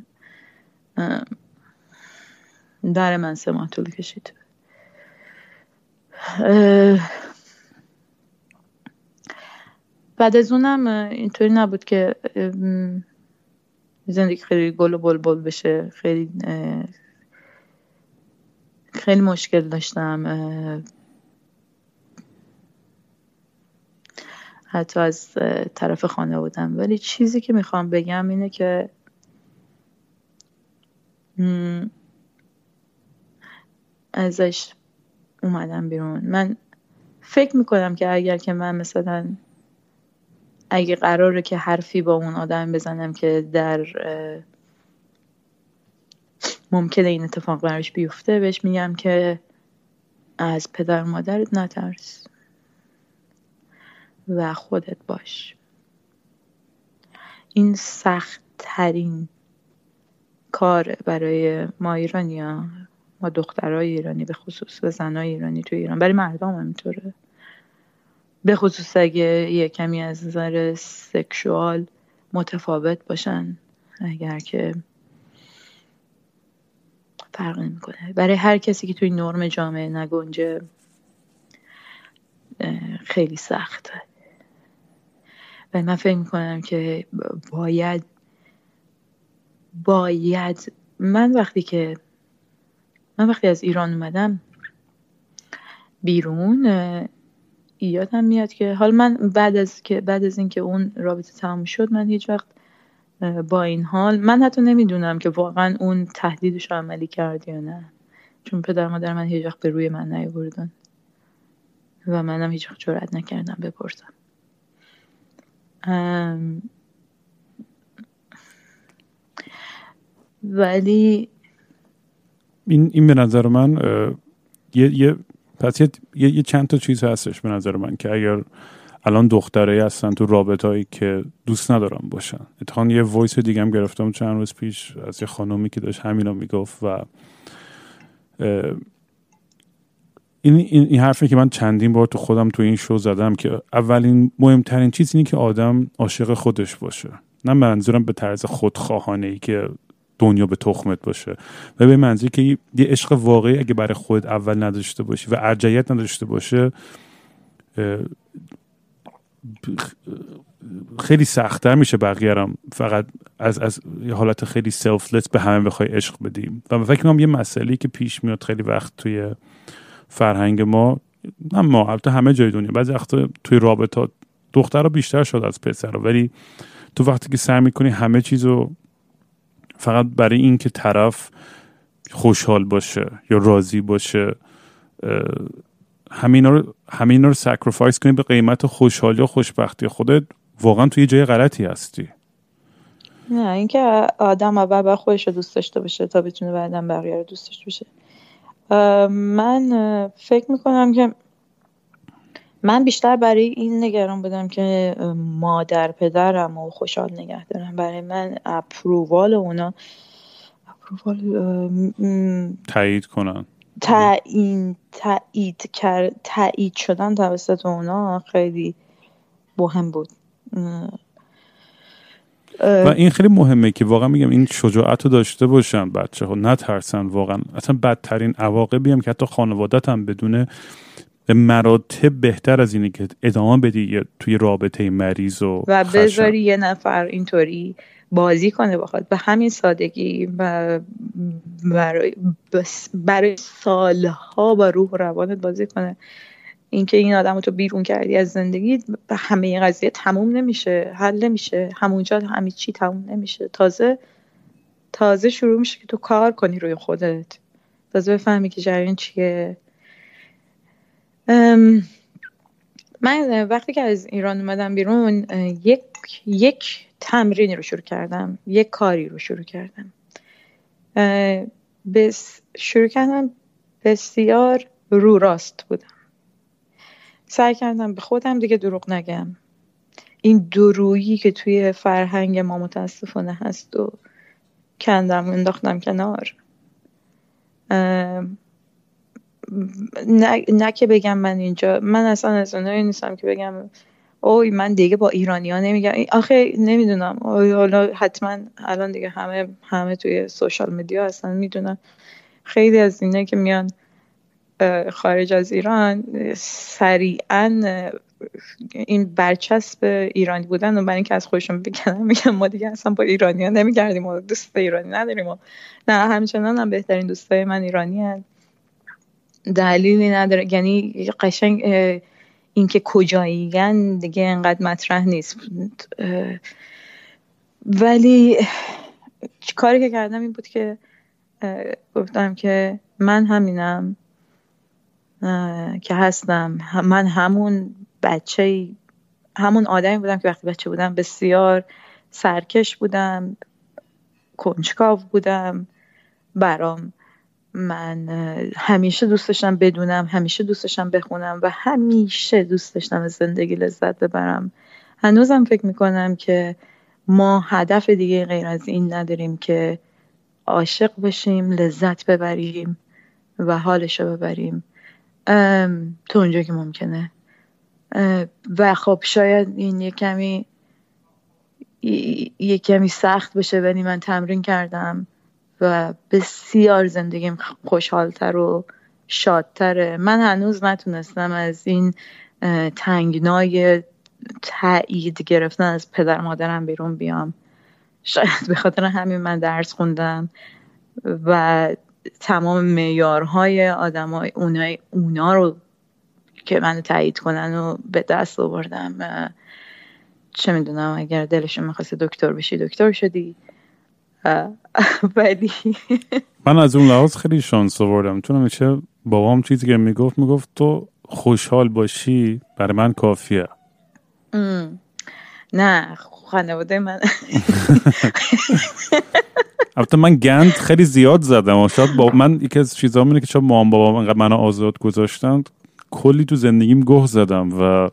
در من سه ماه طول کشید. بعد از اونم اینطوری نبود که زندگی خیلی گل و بلبل بشه. خیلی خیلی مشکل داشتم، حتی از طرف خانه بودم. ولی چیزی که میخوام بگم اینه که ازش اومدم بیرون. من فکر میکنم که اگر که من مثلا اگه قراره که حرفی با اون آدم بزنم که در ممکنه این اتفاق براش بیفته، بهش میگم که از پدر مادرت نترس و خودت باش. این سخت ترین کار برای ما ایرانی ها، ما دخترای ایرانی به خصوص و زنای ایرانی تو ایران، برای مردم هم اینطوره، به خصوص اگه یه کمی از نظر سکشوال متفاوت باشن. اگر که فرق نمیکنه، برای هر کسی که توی نرم جامعه نگنجه خیلی سخته و من فکر میکنم که باید باید من وقتی که من وقتی از ایران اومدم بیرون یادم میاد که حال من بعد از که بعد از اینکه اون رابطه تمام شد من هیچ وقت با این حال من حتی نمیدونم که واقعا اون تهدیدش رو عملی کرد یا نه، چون پدر مادر من هیچ وقت به روی من نیاوردن و منم هیچ وقت جرئت نکردم بپرسم. ام... ولی این این به نظر من یه یه پس یه, یه چند تا چیز هستش به نظر من که اگر الان دختره هستن تو رابطه‌ای که دوست ندارم باشن. اتفاقاً یه وایس دیگه هم گرفتم چند روز پیش از یه خانومی که داشت همینا میگفت و این این این حرفی که من چندین بار تو خودم تو این شو زدم که اولین مهمترین چیز اینه که آدم عاشق خودش باشه، نه منظورم به طرز خودخواهانه‌ای که دنیا به تخمت باشه و به منظوری که یه عشق واقعی اگه برای خودت اول نداشته باشی و ارجحیت نداشته باشه خیلی سخت‌تر میشه بقیه هم فقط از از یه حالت خیلی سلفلس به همه بخوای عشق بدیم. و فکر کنم یه مسئله‌ای که پیش میاد خیلی وقت توی فرهنگ ما، نه ما البته همه جای دنیا، بعضی وقتا توی رابطات دخترها بیشتر شد از پسرها، ولی تو وقتی که سعی می‌کنی همه چیزو فقط برای این که طرف خوشحال باشه یا راضی باشه همینا رو همینا رو ساکریفایس کنی به قیمت خوشحالی و خوشبختی خودت، واقعا توی جای غلطی هستی. نه، اینکه آدم اول باید خودش رو دوست داشته باشه تا بتونه بعداً بقیه رو دوست داشته باشه. من فکر میکنم که من بیشتر برای این نگران بودم که مادر پدرم رو خوشحال نگه دارم. برای من اپرووال اونا اپرووال تایید کنن تایید تایید کرد تایید شدن توسط اونا خیلی مهم بود. و این خیلی مهمه که واقعا میگم این شجاعت رو داشته باشن بچه ها، نترسن واقعا. اصلا بدترین عواقبی هم که حتی خانوادت هم بدونه به مراتب بهتر از اینه که ادامه بدی توی رابطه مریض و و بذاری یه نفر اینطوری بازی کنه بخواد به همین سادگی و برای, برای سالها با روح و روانت بازی کنه. اینکه این آدمو تو بیرون کردی از زندگی به همه این قضیه تموم نمیشه، حل نمیشه، همونجا همه چی تموم نمیشه. تازه تازه شروع میشه که تو کار کنی روی خودت، تازه بفهمی که جریان چیه. من وقتی که از ایران اومدم بیرون یک یک تمرینی رو شروع کردم، یک کاری رو شروع کردم. بس شروع کردم بسیار رو راست بودم. سعی کردم به خودم دیگه دروغ نگم. این درویی که توی فرهنگ ما متاسفانه هست و کندم انداختم کنار. نه, نه که بگم من اینجا من اصلا از اونایی نیستم که بگم اوی من دیگه با ایرانی ها نمیگم. آخه نمیدونم، حالا حتما الان دیگه همه همه توی سوشال مدیا هستن میدونن. خیلی از اینه که میان خارج از ایران سریعا این برچسب ایرانی بودن و برای اینکه از خودشون بکنن میگن ما دیگه اصلا با ایرانی ها نمیگردیم و دوست ایرانی نداریم. و نه، همچنان هم بهترین دوستای من ایرانی هست. دلیلی نداره، یعنی قشنگ این که کجاییگن دیگه انقدر مطرح نیست. ولی کاری که کردم این بود که گفتم که من همینم که هستم. من همون بچه همون آدمی بودم که وقتی بچه بودم بسیار سرکش بودم، کنجکاو بودم. برام من همیشه دوست داشتم بدونم، همیشه دوست داشتم بخونم و همیشه دوست داشتم از زندگی لذت ببرم. هنوزم فکر میکنم که ما هدف دیگه غیر از این نداریم که عاشق بشیم، لذت ببریم و حالشو ببریم تو اونجا که ممکنه. و خب شاید این یک کمی یک کمی سخت بشه، ولی من تمرین کردم و بسیار زندگیم خوشحالتر و شادتره. من هنوز نتونستم از این تنگنای تایید گرفتن از پدر مادرم بیرون بیام. شاید به خاطر همین من درس خوندم و تمام معیارهای آدمای اونای اونا رو که منو تایید کنن و به دست آوردم. چه میدونم اگر دلشون میخواست دکتر بشی دکتر شدی. ولی من از اون لحاظ خیلی شانس آوردم، چون همیشه بابام چیزی که میگفت میگفت تو خوشحال باشی برای من کافیه. ام. نه خانواده من البته من گند خیلی زیاد زدم و شاید با من یکی از چیزا اینه که چون مام بابام انقدر منو آزاد گذاشتن کلی تو زندگیم گوه زدم و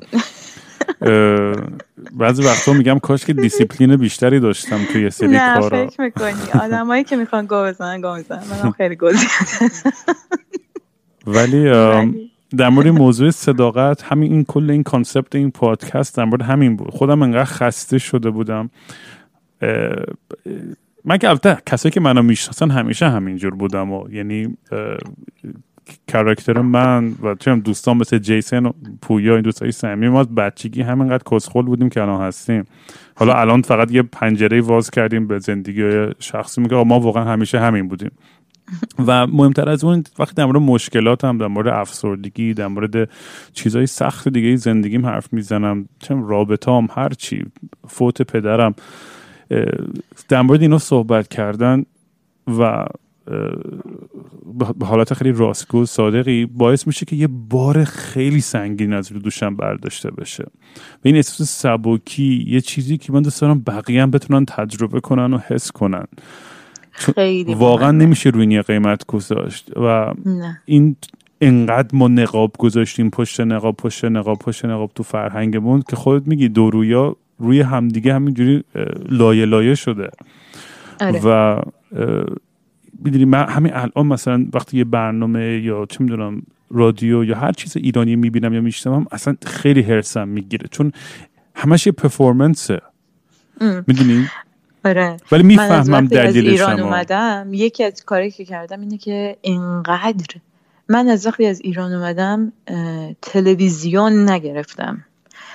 بعضی وقتا میگم کاش که دیسیپلین بیشتری داشتم توی یه سری کارا. نه فکر میکنی آدمایی که میخوان گوه بزنن گوه بزنن، منم خیلی گوه زدم. ولی در مورد موضوع صداقت همین این کل این کانسپت این پادکست در مورد همین بود. خودم انقدر خسته شده بودم. من که البته کسایی که منو میشناسن همیشه همینجور بودم و یعنی کاراکتر من و چه دوستان مثل جیسن و پویا این دوستای صمیمی ما از بچگی همینقدر کسخل بودیم که الان هستیم. حالا الان فقط یه پنجره واز کردیم به زندگی شخصی میگه ما واقعا همیشه همین بودیم. و مهمتر از اون وقتی در مورد مشکلات هم در مورد افسردگی در مورد چیزهای سخت دیگه زندگیم حرف میزنم، چه رابطه هم هر چی فوت پدرم، در مورد اینا صحبت کردن و به حالت خیلی راستگو صادقی باعث میشه که یه بار خیلی سنگین از رو دوشم برداشته بشه و این احساس سبکی یه چیزی که من دوست دارم بقیه هم بتونن تجربه کنن و حس کنن. خیلی واقعا نمیشه روی این قیمت گذاشت و نه. این انقدر ما نقاب گذاشتیم پشت نقاب پشت نقاب پشت نقاب تو فرهنگمون که خودت میگی دورویا روی همدیگه همینجوری لایه لایه شده. آره. و میدونی من همین الان مثلا وقتی یه برنامه یا چه میدونم رادیو یا هر چیز ایرانی میبینم یا میشنوم اصلا خیلی هرسم میگیره چون همش یه پرفورمنسه، میدونی؟ آره. ولی میفهمم دلیلش. از ایران اومدم یکی از کاری که کردم اینه که اینقدر من از وقتی از ایران اومدم تلویزیون نگرفتم.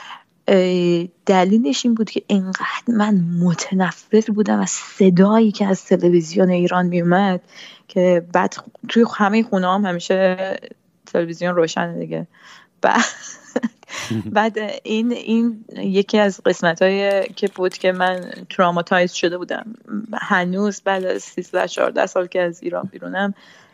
دلیلش این بود که اینقدر من متنفر بودم از صدایی که از تلویزیون ایران می اومد که بعد توی همه خونه هم همیشه تلویزیون روشنه دیگه. بعد بعد این این یکی از قسمت‌های که بود که من تروماتایز شده بودم. هنوز بعد از سیزده چهارده سال که از ایران بیرونم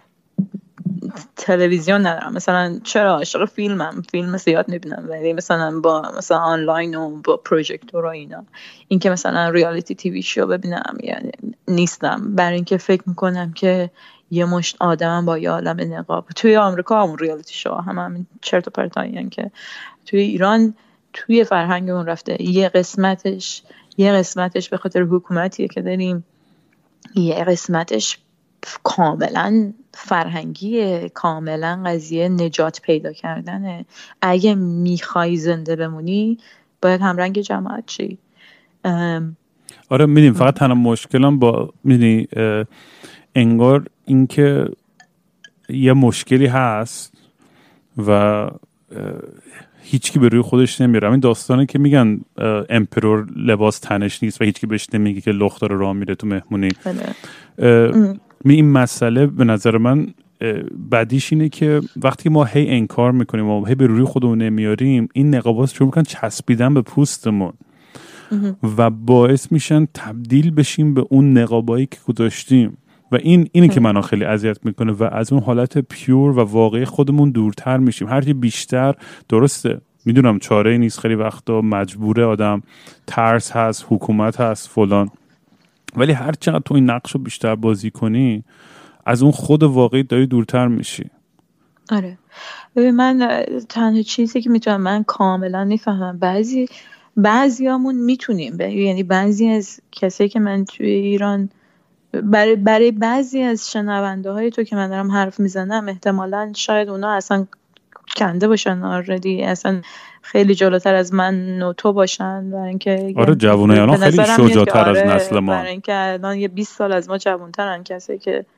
تلویزیون ندارم. مثلا چرا عاشق فیلمم، فیلم زیاد میبینم ولی مثلا با مثلا آنلاین و با پروژکتور و اینا این که مثلا ریالیتی تیوی شو ببینم یعنی نیستم، برای اینکه فکر میکنم که یه مشت آدم با یه عالم نقاب توی آمریکا همون ریالیتی شو هم همین چرت و پرتایین که توی ایران توی فرهنگمون رفته. یه قسمتش یه قسمتش به خاطر حکومتیه که داریم، یه قسمتش کاملا فرهنگیه، کاملا قضیه نجات پیدا کردنه. اگه میخوای زنده بمونی باید همرنگ جماعت شی. آره میدیم فقط تنها مشکلم با میدونی انگار اینکه یه مشکلی هست و هیچکی به روی خودش نمیره. این داستانه که میگن امپرور لباس تنش نیست و هیچکی بهش نمیگه که لخت داره راه میره تو مهمونی. این مسئله به نظر من بعدیش اینه که وقتی ما هی انکار میکنیم و هی به روی خودمون نمیاریم این نقابات شروع میکنن چسبیدن به پوستمون و باعث میشن تبدیل بشیم به اون نقابایی که گذاشتیم و این اینه که منو خیلی اذیت میکنه و از اون حالت پیور و واقعی خودمون دورتر میشیم. هرچی بیشتر درسته میدونم چاره نیست، خیلی وقتا مجبوره آدم، ترس هست، حکومت هست، فلان، ولی هر چقدر تو این نقشو بیشتر بازی کنی از اون خود واقعی داری دورتر میشی. آره ببین من تنها چیزی که میتونم من کاملا میفهمم بعضی بعضیامون میتونیم، یعنی بعضی از کسایی که من توی ایران برای برای بعضی از شنونده های تو که من دارم حرف میزنم احتمالاً شاید اونا اصلا کنده باشن آردی، اصلا خیلی جلوتر از من و تو باشن، برای اینکه آره جوونای الان خیلی شجاعتر از نسل ما، برای اینکه الان یه بیست سال از ما جوانترن کسایی که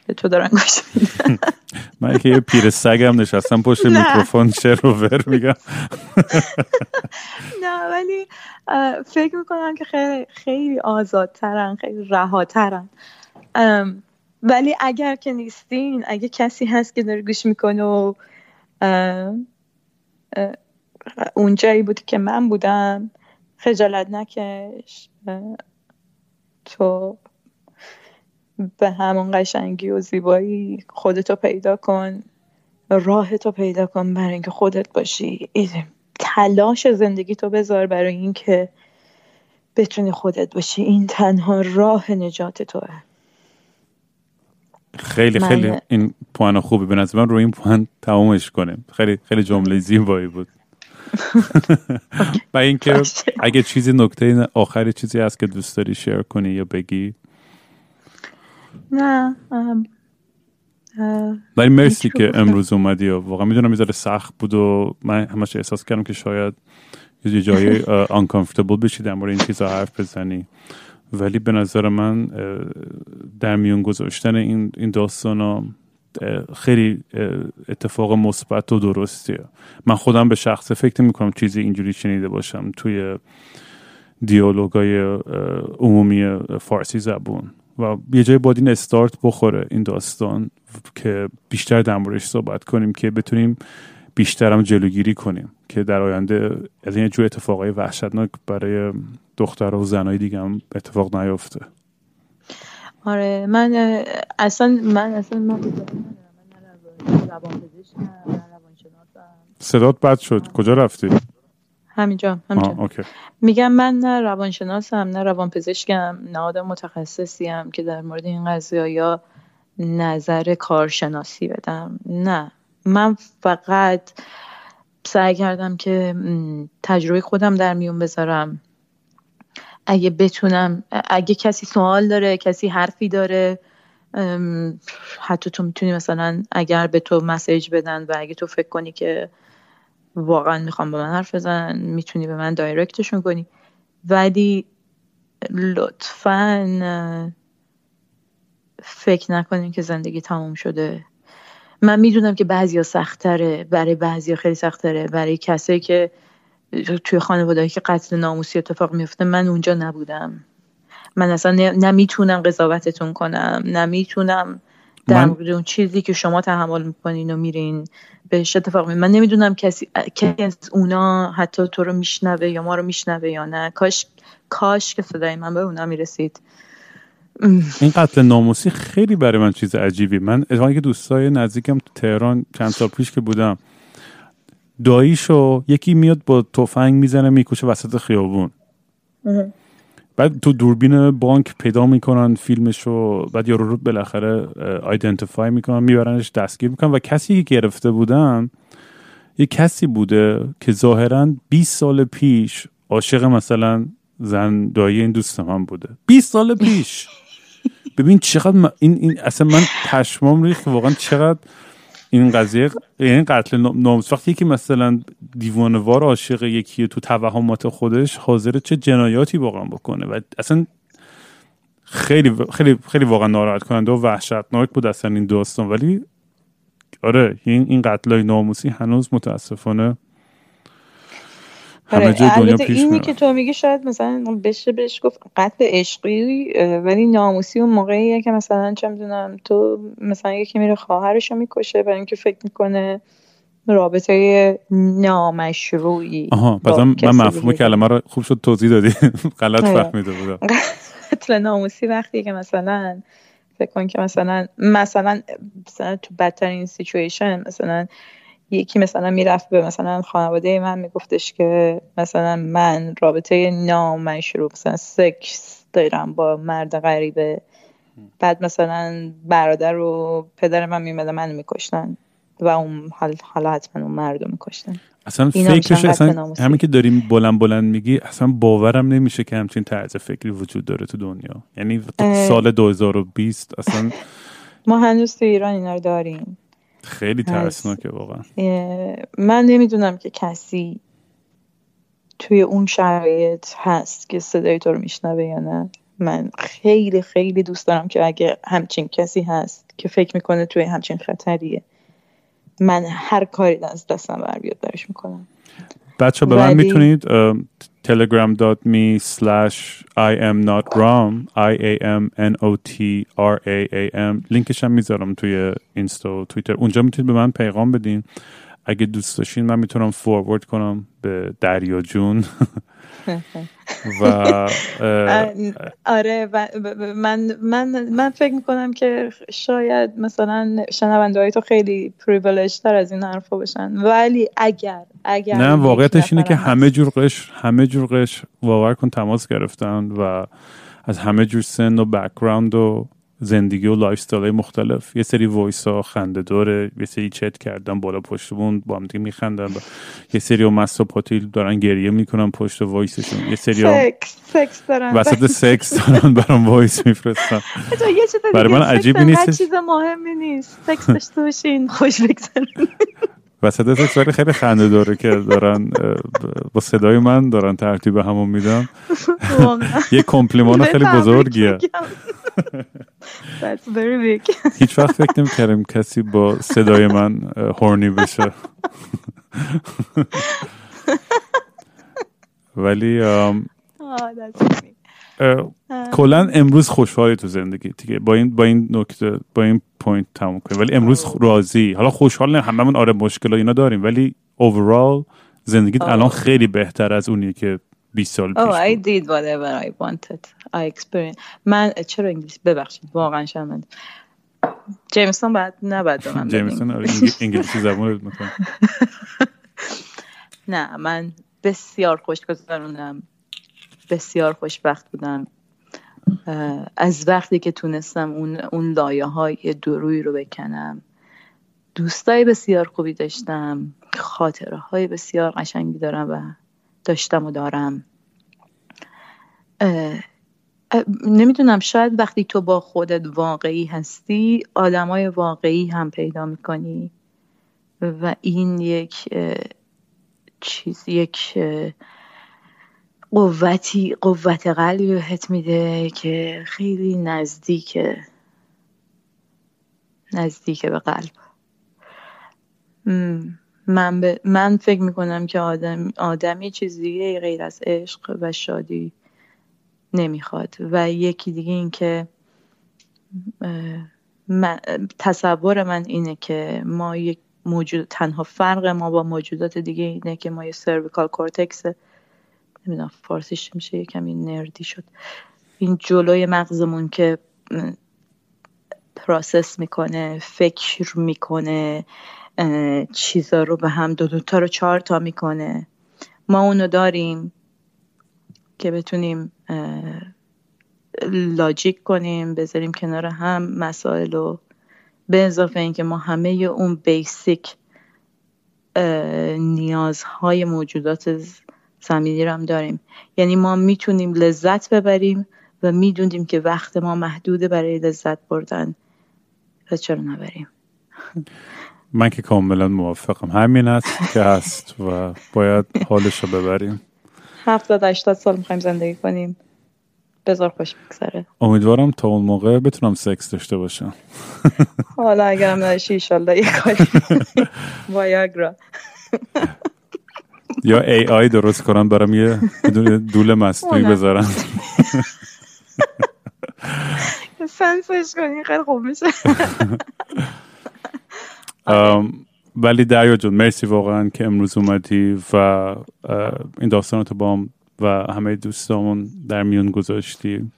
به تو دارن گوش میدن. من که یه پیر سگم نشستم پشت میکروفون شعر و ور میگم. نه ولی فکر میکنم که خیلی خیلی آزادترن، خیلی رهاترن. ولی اگر که نیستین، اگه کسی هست که داره گوش میکنه و اون جایی بود که من بودم، خجالت نکش، تو به همون قشنگی و زیبایی خودتو پیدا کن، راهتو پیدا کن برای اینکه خودت باشی. تلاش زندگی تو بذار برای اینکه بتونی خودت باشی. این تنها راه نجات توه. خیلی خیلی این پوان خوبی به نظر من. رو این پوان تمامش کنیم. خیلی خیلی جمله زیبایی بود. و اینکه اگه چیزی نکته آخری چیزی هست که دوست داری شیر کنی یا بگی؟ نه ولی مرسی که امروز اومدی و واقعا میدونم میذاره سخت بود و من همش احساس کردم که شاید یه جایی uncomfortable بشی در مورد این چیزا حرف بزنی، ولی به نظر من در میون گذاشتن این این داستانا خیلی اتفاق مثبت و درستیه. من خودم به شخصه فکر نمی‌کنم چیزی اینجوری شنیده باشم توی دیالوگای عمومی فارسی زبون و یه جای باید این استارت بخوره این داستان که بیشتر در موردش صحبت کنیم که بتونیم بیشتر هم جلوگیری کنیم که در آینده از این جور اتفاقای وحشتناک برای دخترها و زنای دیگه هم اتفاق نیفته. آره من اصلا من اصلا من من روانپزشکم، من روانشناسم. صدات بد شد. کجا رفتی؟ همینجا همینجا. میگم من نه روانشناسم، نه روانپزشکم، نه آدم متخصصیم که در مورد این قضایا نظر کارشناسی بدم. نه، من فقط سعی کردم که تجربه خودم در میون بذارم. اگه بتونم، اگه کسی سوال داره، کسی حرفی داره، حتی تو میتونی مثلا اگر به تو مسیج بدن و اگه تو فکر کنی که واقعا میخوام با من حرف بزنن، میتونی به من دایرکتشون کنی. ولی لطفاً فکر نکنین که زندگی تموم شده. من میدونم که بعضیا سخت‌تره، برای بعضیا خیلی سخت‌تره، برای کسایی که توی خانواده‌ای که قتل ناموسی اتفاق میفته. من اونجا نبودم، من اصلا نمیتونم قضاوتتون کنم، نمیتونم در مورد اون چیزی که شما تحمل میکنین و میرین بهش اتفاق میفته. من نمیدونم کسی کسی از اونا حتی تو رو میشنوه یا ما رو میشنوه یا نه. کاش کاش که صدای من به اونا میرسید. این قتل ناموسی خیلی برای من چیز عجیبی. من اتفاقی که دوستای نزدیکم تو تهران چند سال پیش که بودم، داییشو یکی میاد با تفنگ میزنه میکشه وسط خیابون، بعد تو دوربین بانک پیدا میکنن فیلمشو، بعد یارو رو بالاخره آیدنتیفای میکنن، میبرنش دستگیر میکنن و کسی که گرفته بودن یه کسی بوده که ظاهرا بیست سال پیش عاشق مثلا زن دایی این دوست من بوده. بیست سال پیش. ببین چقدر من این این اصلا من پشمام ریخت واقعا. چقدر این قضیه، این قتل ناموس، وقتی که مثلا دیوانه‌وار عاشق یکی تو توهمات خودش حاضر چه جنایاتی واقعا بکنه و اصلا خیلی خیلی خیلی واقعا ناراحت کننده و وحشتناک بود اصلا این داستان. ولی آره این این قتلای ناموسی هنوز متاسفانه همه جای دنیا پیش اینی میاد. که تو میگی شاید مثلا بشه بهش گفت قتل عشقی، ولی ناموسی اون موقعیه که مثلا چه میدونم تو مثلا یکی میره خواهرشو میکشه برای اینکه فکر میکنه رابطه نامشروعی. آها پس من مفهوم کلمه رو خوب شد توضیح دادی. غلط فهمیده بودم. قتل ناموسی وقتی که مثلا فکر کن که مثلا مثلا مثلا تو بدترین سیچویشن مثلا یکی مثلا میرفت به مثلا خانواده من میگفتش که مثلا من رابطه نامشروع مثلا سکس دارم با مرد غریبه، بعد مثلا برادر و پدر من میمدن من میکشتن و اون حالا حتما اون مرد رو میکشتن. اصلا فکرش اصلا همین که داریم بلند بلند میگی اصلا باورم نمیشه که همچین طرز فکری وجود داره تو دنیا. یعنی سال دو هزار و بیست اصلا ما هنوز تو ایران اینا رو داریم. خیلی ترسناکه واقعا. من نمیدونم که کسی توی اون شرایط هست که صدای تو رو میشنوه یا نه. من خیلی خیلی دوست دارم که اگه همچین کسی هست که فکر میکنه توی همچین خطریه، من هر کاری از دستم بر بیاد برش میکنم. بچه به من میتونید telegram dot me slash I am not ram I A M N O T R A A M لینکش هم میذارم توی اینستا و توییتر، اونجا میتونید به من پیغام بدین. اگه دوست داشتین من میتونم فوروارد کنم به دریا جون و آره من من من فکر میکنم که شاید مثلا شنونده های تو خیلی پریویلیج تر از این حرفا بشن، ولی اگر اگر نه واقعیتش اینه که همه جور قش همه جور قش واقعا کن تماس گرفتن و از همه جور سن و بک‌گراند و زندگی و لایف استایل مختلف. یه سری وایس ها خنده داره، یه سری چت کردن بالا پشت بون با هم دیگه میخندن، یه سری ها مست و پاتیل دارن گریه میکنن پشت وایسشون، یه سری ها سکس سکس دارن وسط سکس دارن برام وایس میفرستن. برای من عجیبی نیست، چیز مهمی نیست، سکس داشته باشین خوش بگذرونین. وسط سکس ولی خیلی خنده داره که دارن با صدای من دارن ترتیب همون میدن. یه کمپلیمان خیلی بزرگیه. That's very big. هیچ وقت فکر نمی‌کردم کسی با صدای من هورنی بشه. ولی کلا امروز خوشحالی تو زندگی دیگه. با این با این نکته با این پوینت تموم کنیم. ولی امروز راضی، حالا خوشحال نه هممون، آره مشکل اینا داریم، ولی اوورال زندگیت الان خیلی بهتر از اونیه که بیست سال پیش. Oh, I did whatever I wanted. I experienced. من چرا انگلیسی ببخشید واقعا شرمنده. جیمسون بعد نه بعد به من جیمسون انگلیسی زبان میکنه. نه من بسیار خوشگذرونم، بسیار خوشبخت بودم از وقتی که تونستم اون اون لایه‌های درویی رو بکنم. دوستای بسیار خوبی داشتم، خاطره های بسیار قشنگی دارم و داشتم و دارم. نمیدونم، شاید وقتی تو با خودت واقعی هستی آدمای واقعی هم پیدا میکنی و این یک چیز، یک قوتی قوت قلبی بهت میده که خیلی نزدیکه نزدیکه به قلب. من, ب... من فکر میکنم که آدم آدمی چیز دیگه غیر از عشق و شادی نمیخواد. و یکی دیگه این که من... تصور من اینه که ما یک موجود، تنها فرق ما با موجودات دیگه اینه که ما یه سرویکال کورتکس، نمیدونم فارسیش میشه، یه کمی نردی شد، این جلوی مغزمون که پروسس میکنه، فکر میکنه، چیزا رو به هم دو دوتا رو چهار تا میکنه. ما اونو داریم که بتونیم لاجیک کنیم، بذاریم کنار هم مسائل رو، به اضافه این که ما همه اون بیسیک نیازهای موجودات زمینی رو هم داریم. یعنی ما میتونیم لذت ببریم و میدونیم که وقت ما محدوده برای لذت بردن و چرا نبریم. من که کاملا موافقم، همین هست که هست و باید حالش رو ببریم. هفتاد هشتاد سال میخوایم زندگی کنیم، بذار خوش بگذره. امیدوارم تا اون موقع بتونم سکس داشته باشم. حالا اگرم نشی ایشالله یه کاری وایاگرا یا ای آی درست کنن برام یه دول مصنوعی بذارن سنسش کنی، خیلی خوب میشه. ولی دریا جون مرسی واقعا که امروز اومدی و این داستاناتو با هم و همه دوستامون در میون گذاشتی.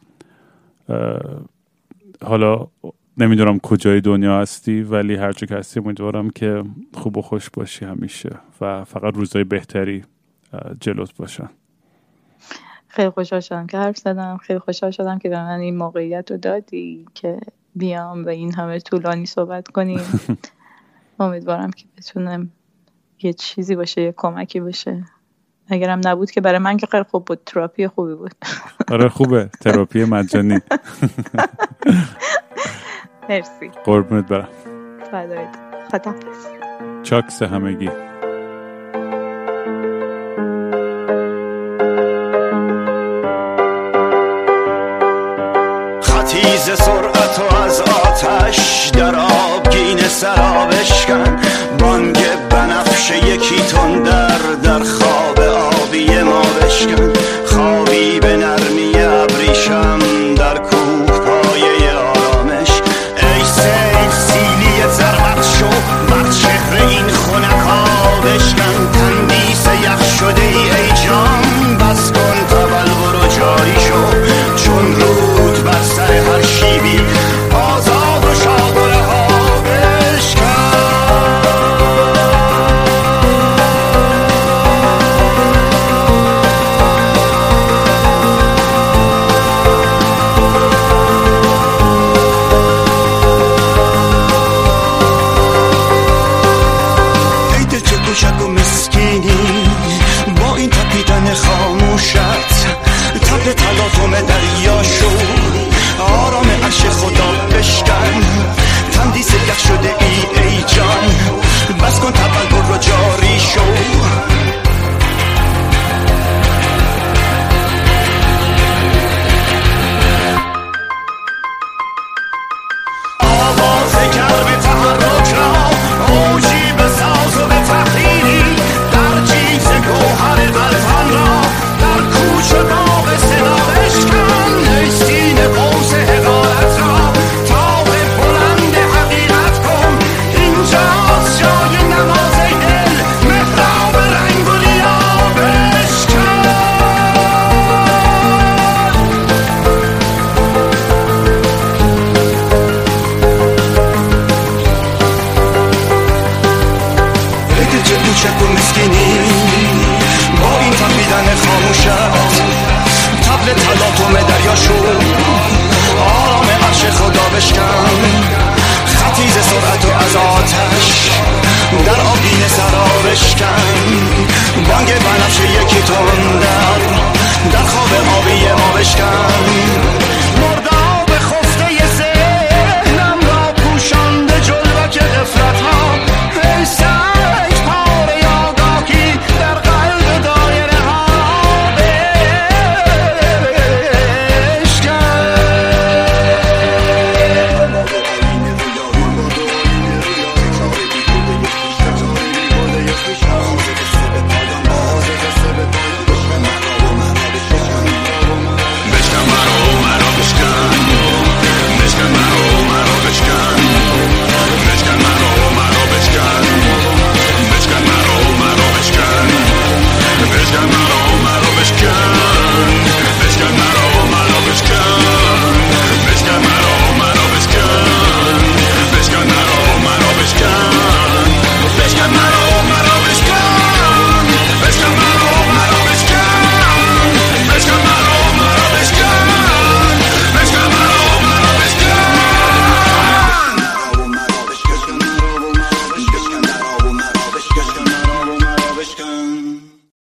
حالا نمیدونم کجای دنیا هستی، ولی هر جا که هستی امیدوارم که خوب و خوش باشی همیشه و فقط روزای بهتری جلوت باشن. خیلی خوشحال شدم که حرف زدم، خیلی خوشحال شدم که به من این موقعیت رو دادی که بیام و این همه طولانی صحبت کنیم. امیدوارم که بتونم یه چیزی باشه، یه کمکی باشه. اگرم نبود که برای من که خیلی خوب بود، تراپی خوبی بود. آره خوبه، تراپی مجانی. مرسی. قربونت برم. فدایت. خداحافظ. چاکس همگی. یکی تون در در خواب آبی ما بشکن، خوابی به نرمی ابریشم در کوه پایه آرامش. ای سیل سیلی زربت شو بر چهره این خونکا بشکن، تندیس یخ شده ای ای جان بس کن تول برو جاری شو، چون رود بر سر هر شیبی آزاد و شاد و رها بشکن. ای دل چه کوچک و مسکینی با این تپیدن خاموشت، تب تلاطم دریا شو آرام عرش خدا بشکن، تندیس یخ شده ای ای جان بس کن تبل برو جاری شو. آواز گرم تحرک را اوجی به ساز و به تحریری، در جیز گوهر قلبان را در کوچ و باغ صدا بشکن. ای سینه قوس حقارت را تاب بلند حقیقت کن، اینجاست جای نماز ای دل محراب رنگ و ریا بشکن. ای دل چه کوچک و مسکینی با این تپیدن خاموشت، تبل تلاطم دریا شو آرام عرش خدا بشکن، خطیز سرعت و از آتش در آبین سرا بشکن، بانگ بنفشه یکی تون در در خواب آبی ما بشکن.